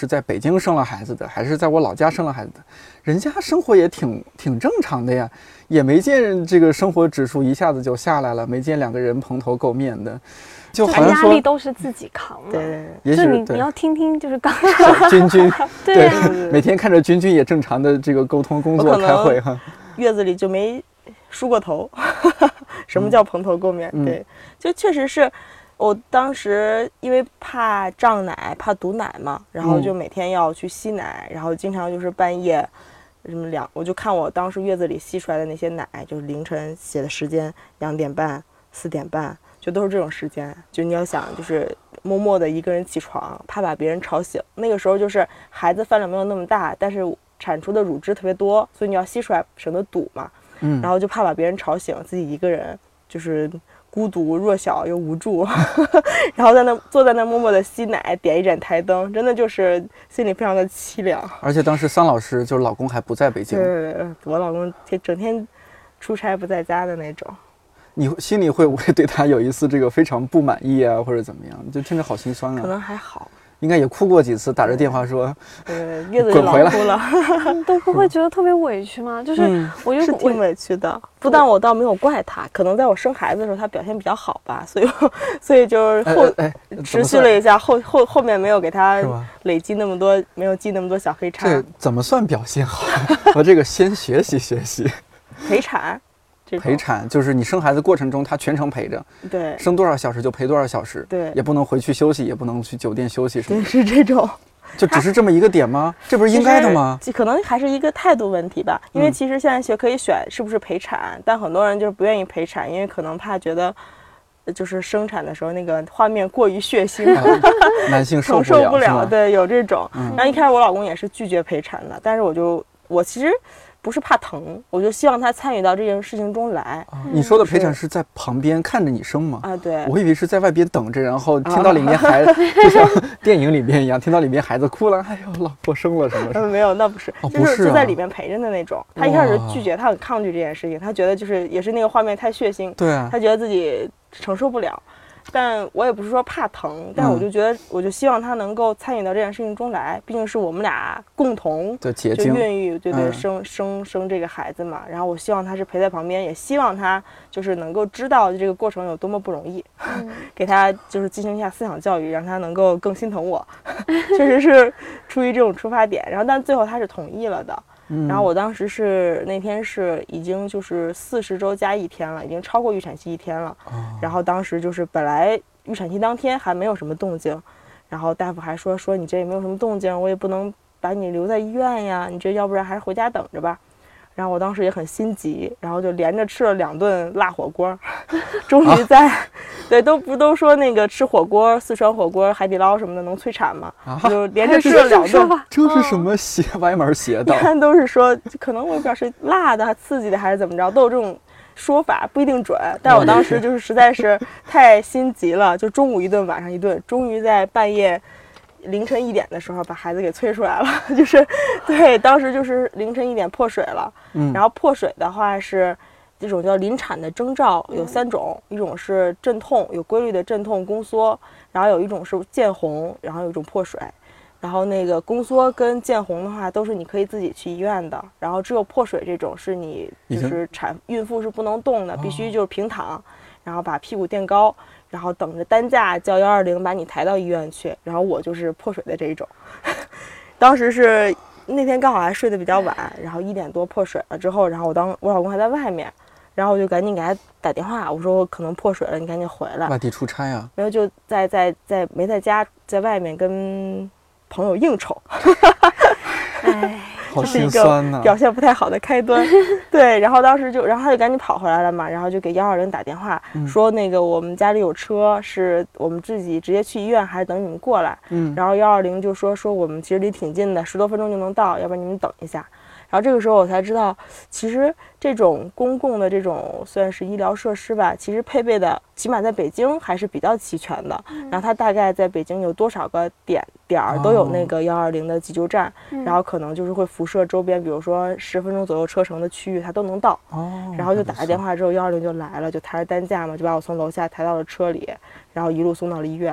在北京生了孩子的，还是在我老家生了孩子的，人家生活也挺挺正常的呀，也没见这个生活指数一下子就下来了，没见两个人蓬头垢面的，就好像说压力都是自己扛的。 对， 也许就你你要听听，就是刚君君， 对啊， 每天看着君君也正常的这个沟通工作开会哈， 月子里就没梳过头。什么叫蓬头垢面？嗯、对，就确实是。我当时因为怕胀奶，怕堵奶嘛，然后就每天要去吸奶，嗯、然后经常就是半夜，什么两，我就看我当时月子里吸出来的那些奶，就是凌晨写的时间，两点半、四点半，就都是这种时间。就你要想，就是默默的一个人起床，怕把别人吵醒。那个时候就是孩子饭量没有那么大，但是产出的乳汁特别多，所以你要吸出来省得堵嘛。嗯，然后就怕把别人吵醒，自己一个人就是孤独弱小又无助，然后在那坐在那默默的吸奶，点一盏台灯，真的就是心里非常的凄凉。 而且当时桑老师就是老公还不在北京， 对，我老公整天出差不在家的那种。 你心里会不会对他有一次这个非常不满意啊，或者怎么样？就听着好心酸啊。 可能还好。 应该也哭过几次，打着电话说， 对，月子里老哭了， 都不会觉得特别委屈吗？就是，我就、 嗯、是挺委屈的。不但我倒没有怪他，可能在我生孩子的时候他表现比较好吧，所以所以就是后、哎哎、持续了一下，后后后面没有给他累积那么多，没有记那么多小黑叉。 这怎么算表现好？我这个先学习学习。 陪产。 陪产就是你生孩子过程中他全程陪着， 对， 生多少小时就陪多少小时， 对， 也不能回去休息，也不能去酒店休息什么的， 是这种， 就只是这么一个点吗？这不是应该的吗？ 可能还是一个态度问题吧，因为其实现在学可以选是不是陪产，嗯、但很多人就是不愿意陪产，因为可能怕觉得。就是生产的时候那个画面过于血腥， 啊、男性受不了，受不了，对，有这种。嗯、然后一开始我老公也是拒绝陪产的，但是我就我其实不是怕疼，我就希望他参与到这件事情中来。 啊、你说的陪产是在旁边看着你生吗？ 啊，对， 我以为是在外边等着，然后听到里面孩子、啊、就像电影里面一样，听到里面孩子哭了，哎呦，老婆生了什么什么、 嗯？没有，那不是， 哦、 就是就在里面陪着的那种。他一开始拒绝，他很抗拒这件事情，他觉得就是也是那个画面太血腥， 对啊， 他觉得自己承受不了。但我也不是说怕疼，但我就觉得，我就希望他能够参与到这件事情中来，毕竟是我们俩共同就孕育，对对，生生生这个孩子嘛。然后我希望他是陪在旁边，也希望他就是能够知道这个过程有多么不容易，嗯、给他就是进行一下思想教育，让他能够更心疼我。确实是出于这种出发点，然后但最后他是同意了的。然后我当时是那天是已经就是四十周加一天了，已经超过预产期一天了。哦、然后当时就是本来预产期当天还没有什么动静，然后大夫还说说你这也没有什么动静，我也不能把你留在医院呀，你这要不然还是回家等着吧。然后我当时也很心急，然后就连着吃了两顿辣火锅，终于在，啊、对，都不都说那个吃火锅，四川火锅、海底捞什么的能催产吗？啊、就连着吃了两顿。 这是什么邪歪门邪道？ 一般都是说，可能我也不知道是辣的、刺激的还是怎么着，都有这种说法，不一定准。但我当时就是实在是太心急了，就中午一顿，晚上一顿，终于在半夜。凌晨一点的时候把孩子给催出来了，就是对，当时就是凌晨一点破水了。嗯，然后破水的话是这种叫临产的征兆有三种，一种是阵痛，有规律的阵痛宫缩，然后有一种是见红，然后有一种破水。然后那个宫缩跟见红的话都是你可以自己去医院的，然后只有破水这种是你就是产孕妇是不能动的，必须就是平躺，然后把屁股垫高。然后等着担架叫幺二零把你抬到医院去，然后我就是破水的这一种。当时是那天刚好还睡得比较晚，然后一点多破水了之后，然后我当我老公还在外面，然后我就赶紧给他打电话，我说我可能破水了，你赶紧回来。 外地出差啊？ 没有，就在在在没在家，在外面跟朋友应酬。哎。 好心酸呐、啊， 表现不太好的开端。对，然后当时就，然后他就赶紧跑回来了嘛，然后就给幺二零打电话、嗯、说那个我们家里有车，是我们自己直接去医院还是等你们过来？嗯，然后幺二零就说说我们其实离挺近的，十多分钟就能到，要不然你们等一下。然后这个时候我才知道，其实这种公共的这种算是医疗设施吧，其实配备的起码在北京还是比较齐全的。嗯、然后它大概在北京有多少个点点儿都有那个幺二零的急救站，哦、然后可能就是会辐射周边，比如说十分钟左右车程的区域，它都能到。哦，然后就打了电话之后，幺二零就来了，就抬着担架嘛，就把我从楼下抬到了车里，然后一路送到了医院。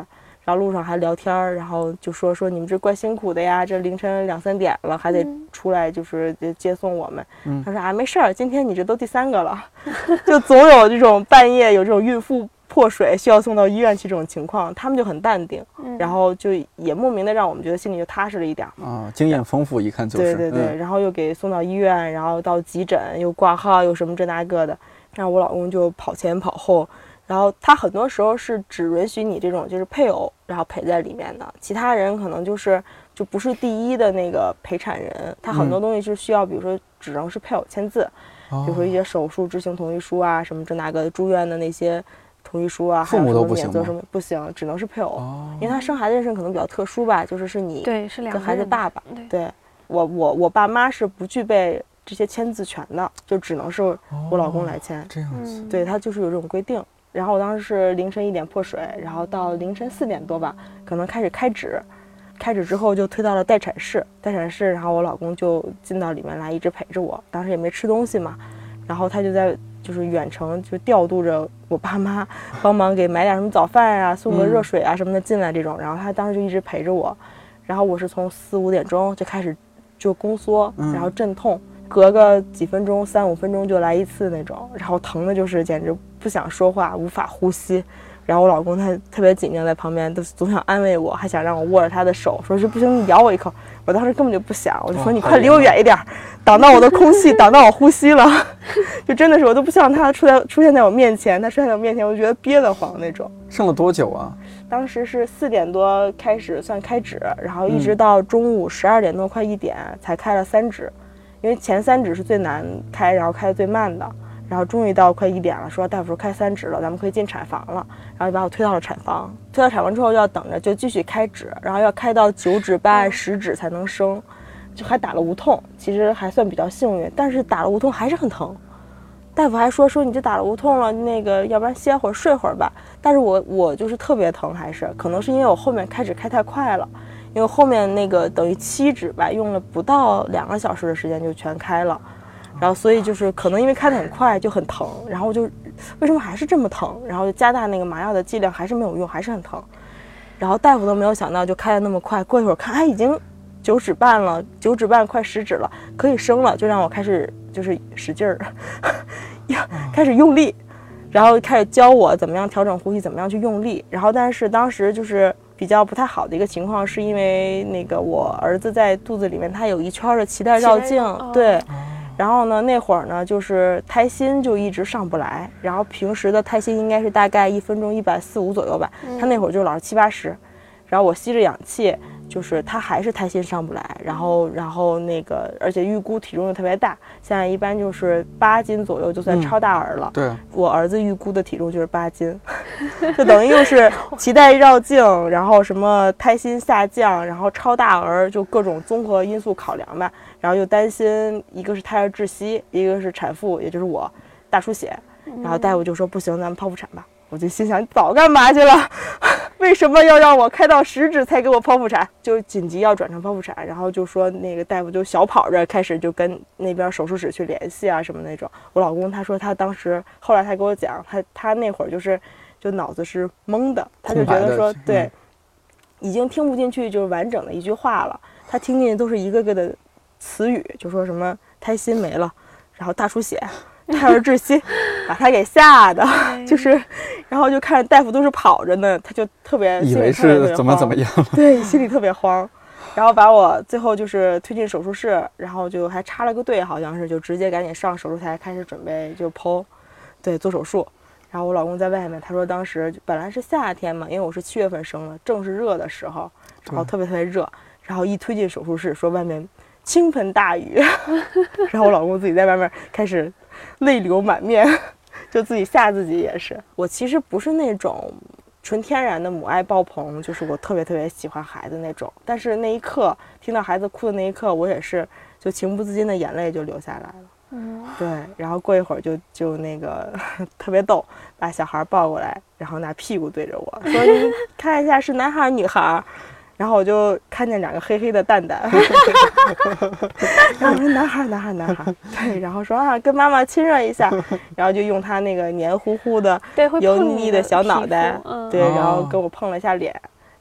然后路上还聊天，然后就说说你们这怪辛苦的呀，这凌晨两三点了还得出来就是接送我们。嗯、他说啊没事儿，今天你这都第三个了，就总有这种半夜有这种孕妇破水需要送到医院去这种情况，他们就很淡定，嗯、然后就也莫名的让我们觉得心里就踏实了一点啊，经验丰富，一看就是。 对对对，嗯、然后又给送到医院，然后到急诊又挂号又什么这那个的，然后我老公就跑前跑后。然后他很多时候是只允许你这种就是配偶然后陪在里面的，其他人可能就是就不是第一的那个陪产人，他很多东西是需要比如说只能是配偶签字，嗯、比如说一些手术执行同意书啊什么这那个住院的那些同意书啊， 父母都不行吗？ 什么不行，只能是配偶，哦、因为他生孩子的事可能比较特殊吧，就是是你对是两个跟孩子爸爸， 对， 对我我我爸妈是不具备这些签字权的，就只能是我老公来签，哦、 这样子， 对他就是有这种规定。然后我当时是凌晨一点破水，然后到凌晨四点多吧，可能开始开指，开指之后就推到了待产室，待产室，然后我老公就进到里面来，一直陪着我。当时也没吃东西嘛，然后他就在就是远程就调度着我爸妈，帮忙给买点什么早饭啊，送个热水啊什么的进来这种。然后他当时就一直陪着我，然后我是从四五点钟就开始就宫缩，然后阵痛。隔个几分钟三五分钟就来一次那种，然后疼的就是简直不想说话，无法呼吸。然后我老公他特别紧张在旁边，都总想安慰我，还想让我握着他的手，说是不行你咬我一口。我当时根本就不想，我就说你快离我远一点，挡到我的空气，挡到我呼吸了。就真的是我都不希望他出在出现在我面前，他出现在我面前我就觉得憋得慌那种。 剩了多久啊？ 当时是四点多开始算开指，然后一直到中午十二点多快一点才开了三指。因为前三指是最难开，然后开的最慢的，然后终于到快一点了，说大夫说开三指了，咱们可以进产房了，然后就把我推到了产房。推到产房之后要等着，就继续开指，然后要开到九指、八按、十指才能生，就还打了无痛，其实还算比较幸运，但是打了无痛还是很疼。大夫还说说你这打了无痛了，那个要不然歇会儿睡会儿吧。但是我我就是特别疼，还是可能是因为我后面开指开太快了。因为后面那个等于七指吧，用了不到两个小时的时间就全开了，然后所以就是可能因为开得很快就很疼，然后就为什么还是这么疼，然后就加大那个麻药的剂量还是没有用，还是很疼，然后大夫都没有想到就开得那么快，过一会儿看哎已经九指半了，九指半快十指了，可以生了，就让我开始就是使劲儿，开始用力，然后开始教我怎么样调整呼吸，怎么样去用力，然后但是当时就是比较不太好的一个情况，是因为那个我儿子在肚子里面，他有一圈的脐带绕颈，对，然后呢那会儿呢就是胎心就一直上不来，然后平时的胎心应该是大概一分钟一百四五左右吧，他那会儿就老是七八十，然后我吸着氧气，就是他还是胎心上不来，然后然后那个而且预估体重又特别大，现在一般就是八斤左右就算超大儿了， 嗯、对， 我儿子预估的体重就是八斤。就等于又是脐带绕颈，然后什么胎心下降，然后超大儿，就各种综合因素考量吧。然后又担心一个是胎儿窒息，一个是产妇，也就是我大出血。然后大夫就说不行，咱们剖腹产吧。我就心想早干嘛去了？为什么要让我开到十指才给我剖腹产？就紧急要转成剖腹产，然后就说那个大夫就小跑着开始就跟那边手术室去联系啊什么那种。我老公他说他当时后来他给我讲，他他那会儿就是。就脑子是懵的，他就觉得说对、嗯、已经听不进去就是完整的一句话了，他听进去都是一个个的词语，就说什么胎心没了，然后大出血，胎儿窒息，把他给吓的就是然后就看着大夫都是跑着呢，他就特别以为是怎么怎么样了， 对，心里特别慌，然后把我最后就是推进手术室，然后就还插了个队，好像是就直接赶紧上手术台开始准备就剖，对，做手术。然后我老公在外面，他说当时本来是夏天嘛，因为我是七月份生的，正是热的时候，然后特别特别热，然后一推进手术室，说外面倾盆大雨，然后我老公自己在外面开始泪流满面，就自己吓自己也是。我其实不是那种纯天然的母爱爆棚，就是我特别特别喜欢孩子那种，但是那一刻听到孩子哭的那一刻，我也是就情不自禁的眼泪就流下来了。嗯，对，然后过一会儿就就那个特别逗，把小孩抱过来，然后拿屁股对着我说：“你看一下是男孩女孩。”然后我就看见两个黑黑的蛋蛋，然后说男孩男孩男孩，对，然后说啊跟妈妈亲热一下，然后就用他那个黏糊糊的油腻腻的小脑袋，对，然后跟我碰了一下脸。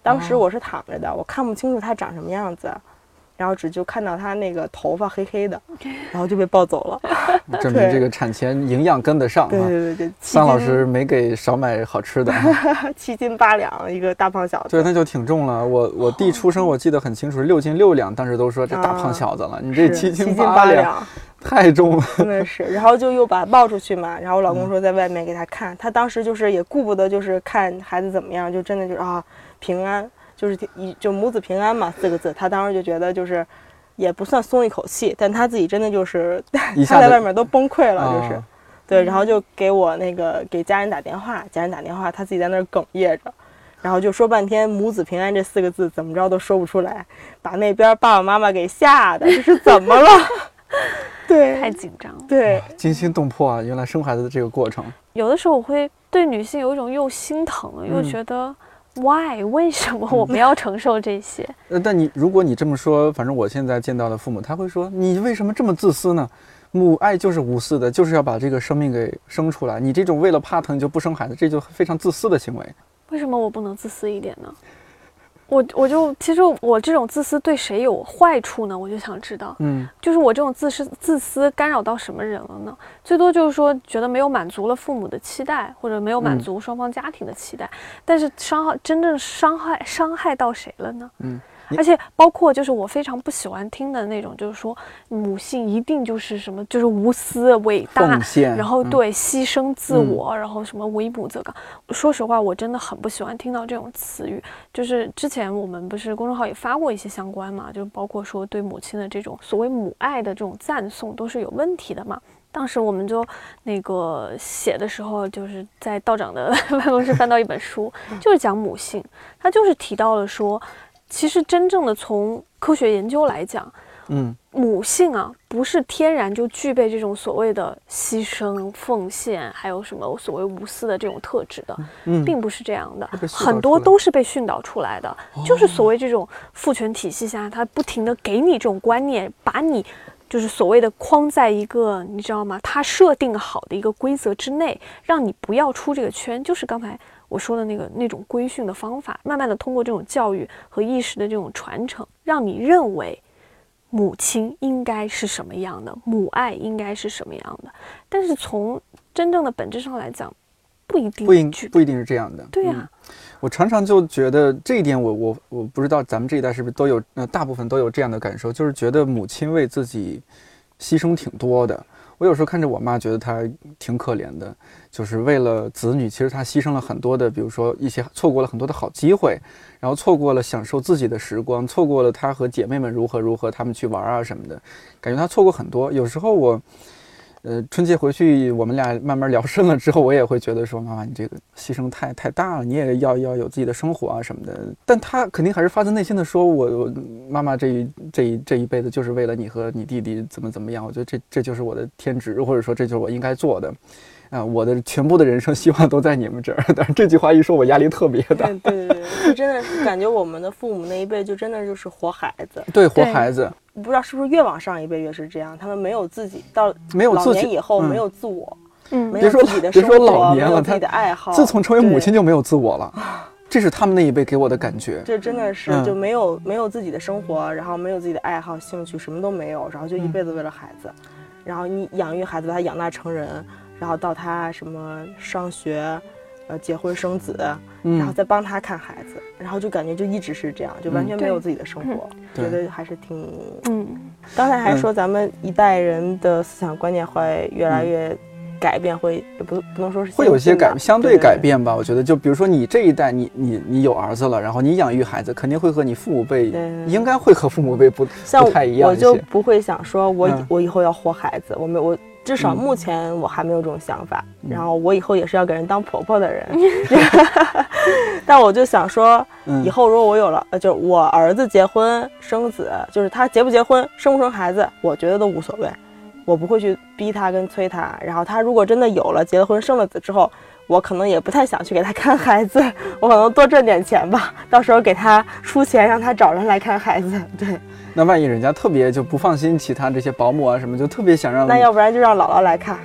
当时我是躺着的，我看不清楚他长什么样子，然后只就看到他那个头发黑黑的，然后就被抱走了。 证明这个产前营养跟得上啊。 对对对对， 桑老师没给少买好吃的。 七斤八两一个大胖小子。 对，那就挺重了。我我弟出生我记得很清楚，六斤六两，当时都说这大胖小子了，啊、你这七斤八两。太重了， 真的是，然后就又把他抱出去嘛，然后我老公说在外面给他看，嗯、他当时就是也顾不得就是看孩子怎么样，就真的就是啊平安，就是一就母子平安嘛四个字，他当时就觉得就是也不算松一口气，但他自己真的就是他在外面都崩溃了，就是、哦、对，然后就给我那个给家人打电话，家人打电话，他自己在那儿哽咽着。然后就说半天母子平安这四个字怎么着都说不出来，把那边爸爸妈妈给吓的，这是怎么了？对， 太紧张了， 对， 惊心动魄啊！原来生孩子的这个过程， 有的时候我会对女性有一种又心疼又觉得、嗯、why 为什么我们要承受这些？ 呃，但你如果你这么说，反正我现在见到的父母，他会说你为什么这么自私呢？母爱就是无私的，就是要把这个生命给生出来。你这种为了怕疼就不生孩子，这就非常自私的行为。 为什么我不能自私一点呢？我我就其实我这种自私对谁有坏处呢？我就想知道，嗯，就是我这种自私自私干扰到什么人了呢？最多就是说觉得没有满足了父母的期待，或者没有满足双方家庭的期待，嗯、但是伤害真正伤害伤害到谁了呢？嗯。而且包括就是我非常不喜欢听的那种，就是说母性一定就是什么，就是无私伟大，然后对、嗯、牺牲自我、嗯，然后什么为母则刚。说实话，我真的很不喜欢听到这种词语。就是之前我们不是公众号也发过一些相关嘛，就包括说对母亲的这种所谓母爱的这种赞颂都是有问题的嘛。当时我们就那个写的时候，就是在道长的办公室翻到一本书，就是讲母性，他就是提到了说。其实真正的从科学研究来讲，嗯，母性啊不是天然就具备这种所谓的牺牲奉献还有什么所谓无私的这种特质的，嗯，并不是这样的，很多都是被训导出来的、哦、就是所谓这种父权体系下他不停的给你这种观念，把你就是所谓的框在一个你知道吗他设定好的一个规则之内，让你不要出这个圈，就是刚才我说的那个那种规训的方法，慢慢的通过这种教育和意识的这种传承，让你认为母亲应该是什么样的，母爱应该是什么样的。但是从真正的本质上来讲，不一定不一不一定是这样的。 对呀、啊嗯， 我常常就觉得这一点我，我我我不知道咱们这一代是不是都有，呃，大部分都有这样的感受，就是觉得母亲为自己牺牲挺多的。我有时候看着我妈，觉得她挺可怜的，就是为了子女，其实她牺牲了很多的，比如说一些错过了很多的好机会，然后错过了享受自己的时光，错过了她和姐妹们如何如何，她们去玩啊什么的，感觉她错过很多。有时候我，呃，春节回去我们俩慢慢聊深了之后，我也会觉得说，妈妈你这个牺牲太太大了，你也要要有自己的生活啊什么的。但她肯定还是发自内心的说，我我妈妈这一这一这一辈子就是为了你和你弟弟怎么怎么样，我觉得这这就是我的天职，或者说这就是我应该做的。啊、呃，我的全部的人生希望都在你们这儿。但是这句话一说，我压力特别大。 对对对对，真的是感觉我们的父母那一辈就真的就是活孩子。 对，活孩子。 不知道是不是越往上一辈越是这样，他们没有自己到没有老年以后、嗯、没有自我，嗯，没有自己的生活， 别说老年了， 自己的爱好。 自从成为母亲就没有自我了。这是他们那一辈给我的感觉。 这真的是、嗯、就没有没有自己的生活，然后没有自己的爱好、兴趣，什么都没有，然后就一辈子为了孩子，嗯、然后你养育孩子，把他养大成人。然后到他什么上学，呃，结婚生子、嗯，然后再帮他看孩子，然后就感觉就一直是这样，就完全没有自己的生活，嗯、觉得还是挺……嗯。刚才还说咱们一代人的思想观念会越来越改变，会也不不能说是会有一些改相对改变吧。我觉得，就比如说你这一代，你你你有儿子了，然后你养育孩子，肯定会和你父母辈应该会和父母辈不不太一样一些。 我就不会想说我、嗯、我以后要活孩子，我没我。至少目前我还没有这种想法、嗯、然后我以后也是要给人当婆婆的人、嗯、但我就想说以后如果我有了、嗯、就是我儿子结婚生子，就是他结不结婚生不生孩子我觉得都无所谓，我不会去逼他跟催他，然后他如果真的有了结了婚生了子之后，我可能也不太想去给他看孩子，我可能多挣点钱吧，到时候给他出钱让他找人来看孩子。对， 那万一人家特别就不放心其他这些保姆啊什么，就特别想让， 那要不然就让姥姥来看。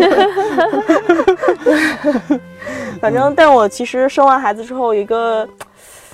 反正但我其实生完孩子之后一个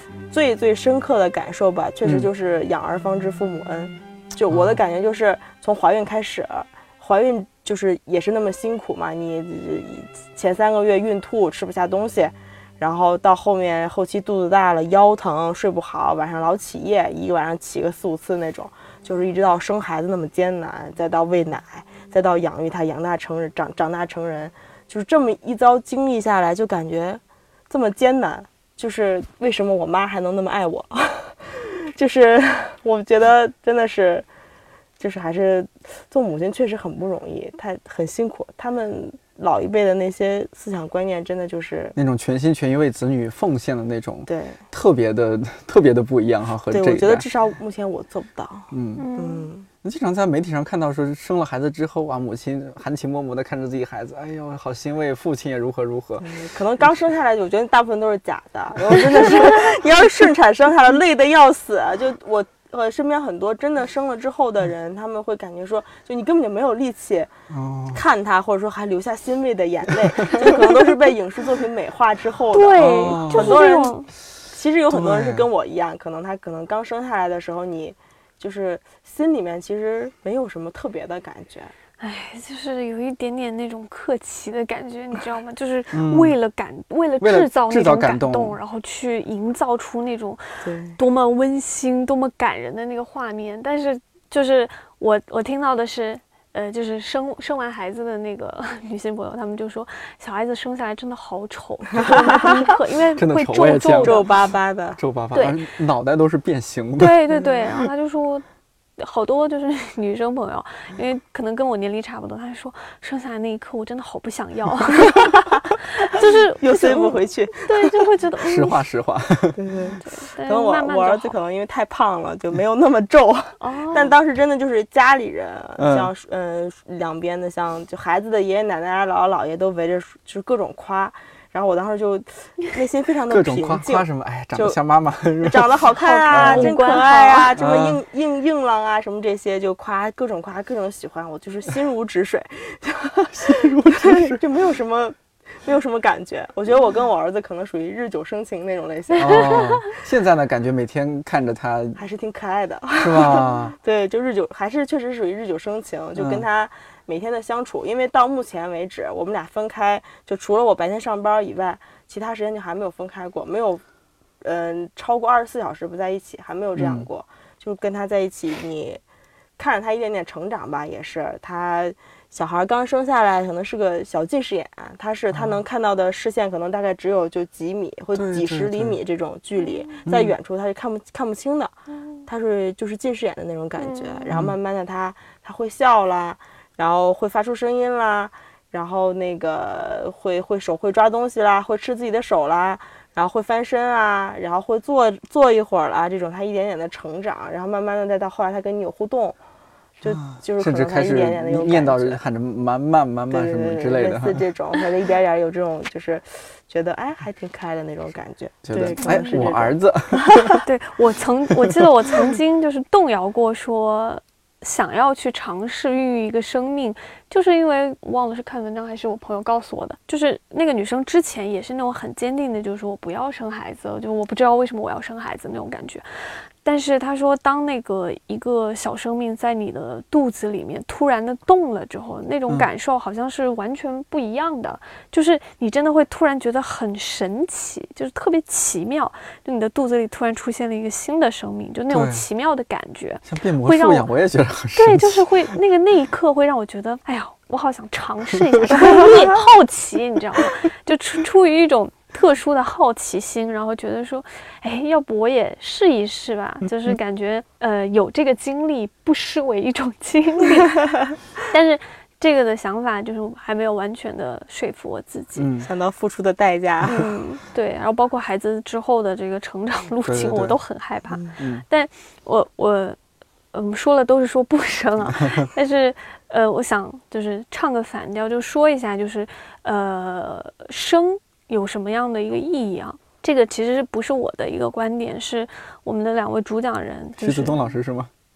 最最深刻的感受吧，确实就是养儿方知父母恩。嗯、就我的感觉就是从怀孕开始，怀孕就是也是那么辛苦嘛，你前三个月孕吐吃不下东西，然后到后面后期肚子大了腰疼睡不好，晚上老起夜，一个晚上起个四五次那种，就是一直到生孩子那么艰难，再到喂奶，再到养育他养大成人长长大成人，就是这么一遭经历下来，就感觉这么艰难。就是为什么我妈还能那么爱我，就是我觉得真的是，就是还是做母亲确实很不容易，她很辛苦。他们老一辈的那些思想观念，真的就是那种全心全意为子女奉献的那种， 对， 特别的特别的不一样哈。和这一代， 对，我觉得至少目前我做不到。 嗯嗯。经常在媒体上看到说生了孩子之后啊，母亲含情脉脉的看着自己孩子，哎呦好欣慰，父亲也如何如何。 嗯、可能刚生下来，我觉得大部分都是假的。然后真的是，你要是顺产生下来，累得要死。就我呃身边很多真的生了之后的人，他们会感觉说，就你根本就没有力气看他，或者说还流下欣慰的眼泪，就可能都是被影视作品美化之后的。 对， 哦、很多人其实有很多人是跟我一样，可能他可能刚生下来的时候你。就是心里面其实没有什么特别的感觉， 哎，就是有一点点那种客气的感觉，你知道吗？就是为了感，嗯、为了制造那种感动，动然后去营造出那种多么温馨、多么感人的那个画面。但是，就是我我听到的是。呃，就是生生完孩子的那个女性朋友，他们就说小孩子生下来真的好丑，就是我们第一刻，因为会皱皱皱巴巴的， 皱巴巴， 对， 脑袋都是变形的。 对对对，然后他就说。好多就是女生朋友，因为可能跟我年龄差不多，她就说生下来那一刻我真的好不想要，就是又塞不回去， 对，就会觉得、 嗯、实话实话， 对对对。可能我我儿子可能因为太胖了，就没有那么皱，哦、但当时真的就是家里人，嗯、像嗯、呃、两边的，像就孩子的爷爷奶奶、姥姥姥爷都围着，就是各种夸。然后我当时就内心非常的平静， 各种夸夸什么？哎，长得像妈妈， 长得好看啊，真可爱啊，这么硬硬硬朗啊，什么这些就夸，各种夸，各种喜欢，我就是心如止水， 心如止水， 就没有什么没有什么感觉。我觉得我跟我儿子可能属于日久生情那种类型。 哦，现在呢，感觉每天看着他还是挺可爱的， 是吧？ 对，就日久还是确实属于日久生情，就跟他。嗯每天的相处，因为到目前为止，我们俩分开，就除了我白天上班以外，其他时间就还没有分开过，没有，嗯、呃，超过二十四小时不在一起，还没有这样过。嗯、就跟他在一起，你看着他一点点成长吧，也是他小孩刚生下来，可能是个小近视眼，他是他能看到的视线可能大概只有就几米或几十厘米这种距离，在远处他是看不看不清的，他是就是近视眼的那种感觉。然后慢慢的他他会笑啦。然后会发出声音啦，然后那个会会手会抓东西啦，会吃自己的手啦，然后会翻身啊，然后会坐坐一会儿啦，这种他一点点的成长，然后慢慢的再到后来他跟你有互动，就就是甚至开始念叨着喊着慢慢慢慢什么之类的， 类似这种，他就一点点有这种就是觉得哎还挺可爱的那种感觉， 觉得哎我儿子， 对我曾我记得我曾经就是动摇过说。想要去尝试孕育一个生命，就是因为忘了是看文章还是我朋友告诉我的，就是那个女生之前也是那种很坚定的，就是说我不要生孩子，就我不知道为什么我要生孩子那种感觉。但是她说，当那个一个小生命在你的肚子里面突然的动了之后，那种感受好像是完全不一样的，嗯、就是你真的会突然觉得很神奇，就是特别奇妙，就你的肚子里突然出现了一个新的生命，就那种奇妙的感觉， 像变魔术一样，我也觉得很神奇。 对，就是会那个那一刻会让我觉得，哎呀，我好想尝试一下，就会有点好奇，你知道吗？就出出于一种。特殊的好奇心，然后觉得说，哎，要不我也试一试吧？就是感觉，呃，有这个经历不失为一种经历。但是这个的想法就是还没有完全的说服我自己。 嗯，想到付出的代价。 嗯，对。然后包括孩子之后的这个成长路径，我都很害怕。嗯，但我我，嗯，说了都是说不生啊，但是呃，我想就是唱个反调，就说一下，就是呃，生。有什么样的一个意义啊？这个其实不是我的一个观点，是我们的两位主讲人， 徐子东老师是吗？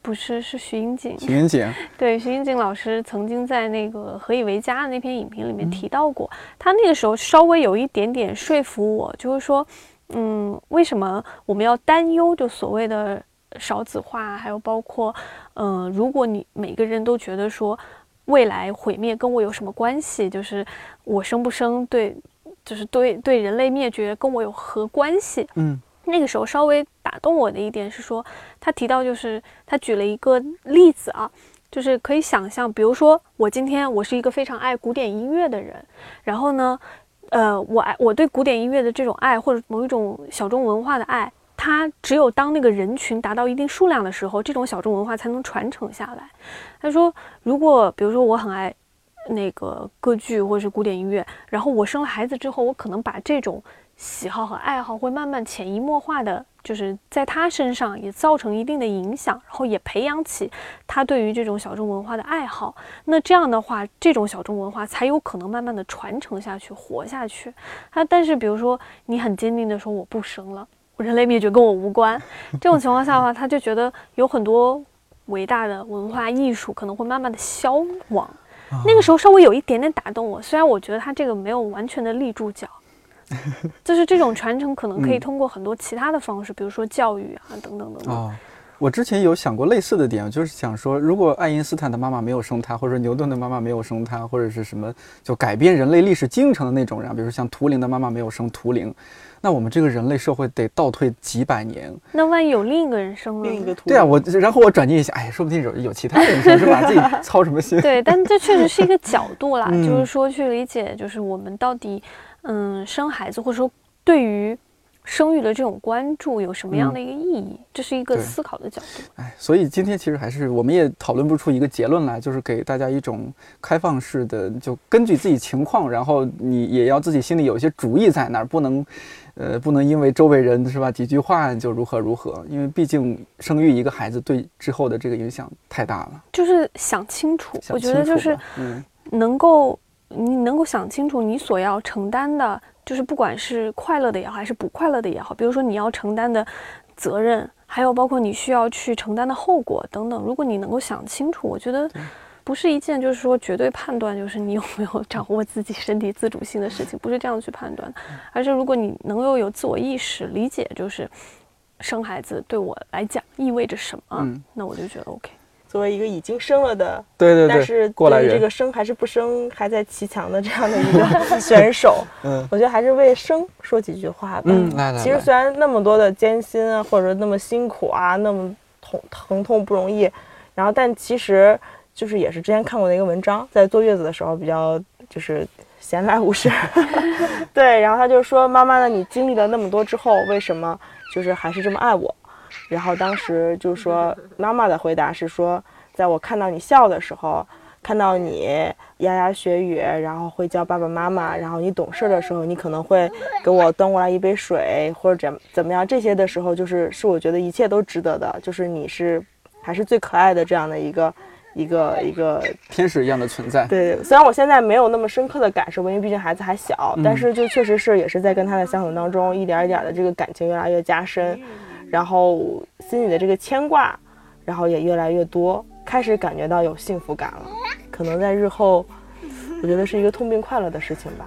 不是，是徐英锦。 徐英锦， 对，徐英锦老师曾经在那个《何以为家》的那篇影评里面提到过，嗯、他那个时候稍微有一点点说服我，就是说，嗯，为什么我们要担忧就所谓的少子化，还有包括，嗯、呃，如果你每个人都觉得说未来毁灭跟我有什么关系，就是我生不生对，就是对对人类灭绝跟我有何关系？嗯。那个时候稍微打动我的一点是说，他提到就是他举了一个例子啊，就是可以想象，比如说我今天我是一个非常爱古典音乐的人，然后呢，呃，我爱我对古典音乐的这种爱或者某一种小众文化的爱，它只有当那个人群达到一定数量的时候，这种小众文化才能传承下来。他说，如果比如说我很爱那个歌剧或者是古典音乐，然后我生了孩子之后，我可能把这种喜好和爱好会慢慢潜移默化的，就是在他身上也造成一定的影响，然后也培养起他对于这种小众文化的爱好。那这样的话，这种小众文化才有可能慢慢的传承下去，活下去。他但是比如说你很坚定的说我不生了，人类灭绝跟我无关，这种情况下的话，他就觉得有很多伟大的文化艺术可能会慢慢的消亡。那个时候稍微有一点点打动我，虽然我觉得他这个没有完全的立住脚。就是这种传承可能可以通过很多其他的方式，嗯、比如说教育啊等等等等。 哦，我之前有想过类似的点，就是想说，如果爱因斯坦的妈妈没有生他，或者牛顿的妈妈没有生他，或者是什么就改变人类历史进程的那种人，比如说像图灵的妈妈没有生图灵，那我们这个人类社会得倒退几百年。 那万一有另一个人生了， 另一个图灵， 对啊，我然后我转念一下，哎，说不定有有其他人生是吧？自己操什么心？ 对，但这确实是一个角度啦，嗯、就是说去理解，就是我们到底嗯生孩子，或者说对于生育的这种关注有什么样的一个意义？嗯、这是一个思考的角度。 哎，所以今天其实还是我们也讨论不出一个结论来，就是给大家一种开放式的，就根据自己情况，然后你也要自己心里有一些主意在那儿，不能，呃，不能因为周围人是吧几句话就如何如何，因为毕竟生育一个孩子对之后的这个影响太大了。 就是想清楚，我觉得就是能够、嗯、你能够想清楚你所要承担的。就是不管是快乐的也好，还是不快乐的也好，比如说你要承担的责任，还有包括你需要去承担的后果等等，如果你能够想清楚，我觉得不是一件就是说绝对判断就是你有没有掌握自己身体自主性的事情，不是这样去判断，而是如果你能够有自我意识，理解就是生孩子对我来讲意味着什么，嗯、那我就觉得 OK。 作为一个已经生了的， 对对对， 但是对于这个生还是不生还在骑墙的这样的一个选手，嗯，我觉得还是为生说几句话吧。 嗯，来来， 其实虽然那么多的艰辛啊，或者那么辛苦啊，那么痛疼痛不容易，然后但其实就是也是之前看过的一个文章，在坐月子的时候比较就是闲来无事，对，然后他就说妈妈呢，你经历了那么多之后，为什么就是还是这么爱我？然后当时就说妈妈的回答是说，在我看到你笑的时候，看到你牙牙学语，然后会叫爸爸妈妈，然后你懂事的时候，你可能会给我端过来一杯水或者怎怎么样，这些的时候就是是我觉得一切都值得的，就是你是还是最可爱的这样的一个一个一个天使一样的存在。 对，虽然我现在没有那么深刻的感受，因为毕竟孩子还小，但是就确实是也是在跟他的相处当中，一点一点的这个感情越来越加深，然后心里的这个牵挂，然后也越来越多，开始感觉到有幸福感了。可能在日后，我觉得是一个痛并快乐的事情吧。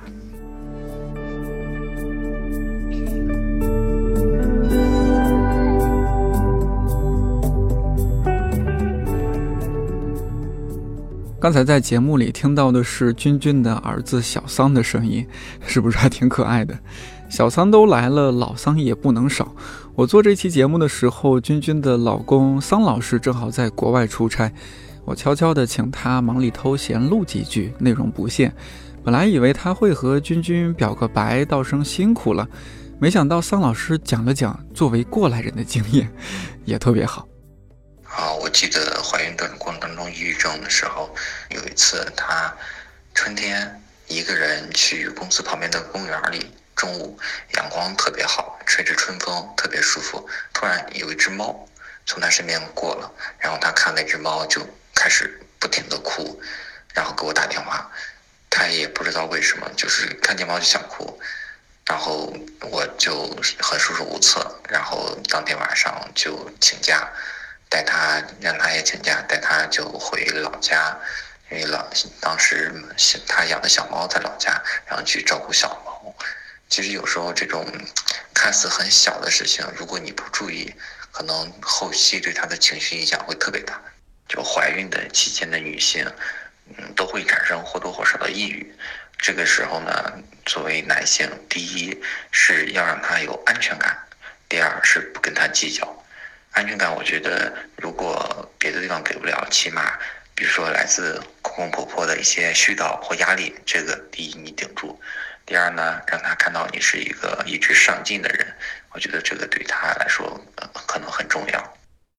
刚才在节目里听到的是君君的儿子小桑的声音，是不是还挺可爱的？小桑都来了，老桑也不能少。我做这期节目的时候，君君的老公桑老师正好在国外出差，我悄悄地请他忙里偷闲录几句，内容不限。本来以为他会和君君表个白，道声辛苦了，没想到桑老师讲了讲作为过来人的经验，也特别好。 啊，我记得怀孕的过程当中抑郁症的时候，有一次她春天一个人去公司旁边的公园里，中午阳光特别好，吹着春风特别舒服，突然有一只猫从她身边过了，然后她看那只猫就开始不停地哭，然后给我打电话，她也不知道为什么，就是看见猫就想哭，然后我就很束手无策，然后当天晚上就请假带他让他也请假，带他就回老家，因为老当时他养的小猫在老家，然后去照顾小猫。其实有时候这种看似很小的事情，如果你不注意，可能后期对他的情绪影响会特别大。就怀孕的期间的女性，嗯，都会产生或多或少的抑郁。这个时候呢，作为男性，第一是要让他有安全感，第二是不跟他计较。安全感，我觉得如果别的地方给不了，起码比如说来自公公婆婆的一些絮叨或压力，这个第一你顶住。第二呢，让他看到你是一个一直上进的人，我觉得这个对他来说、呃、可能很重要。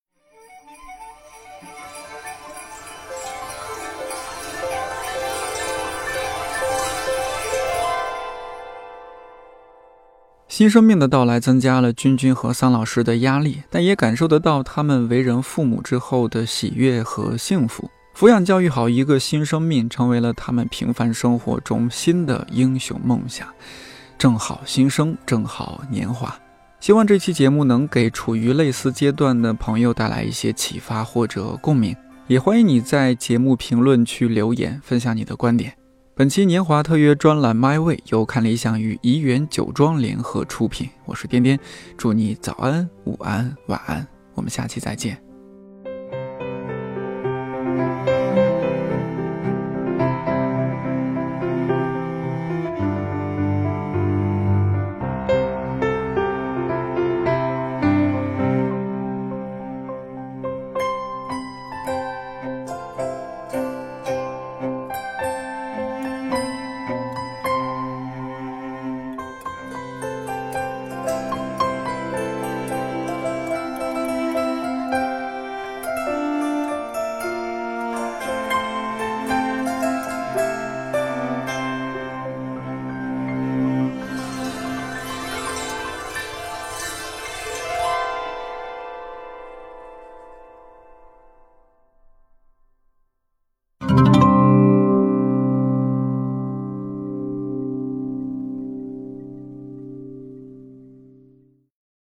新生命的到来增加了君君和桑老师的压力，但也感受得到他们为人父母之后的喜悦和幸福。抚养教育好一个新生命，成为了他们平凡生活中新的英雄梦想。正好新生，正好年华。希望这期节目能给处于类似阶段的朋友带来一些启发或者共鸣。也欢迎你在节目评论区留言，分享你的观点。本期年华特约专栏 My Way 由看理想与怡园酒庄联合出品，我是颠颠，祝你早安、午安、晚安，我们下期再见。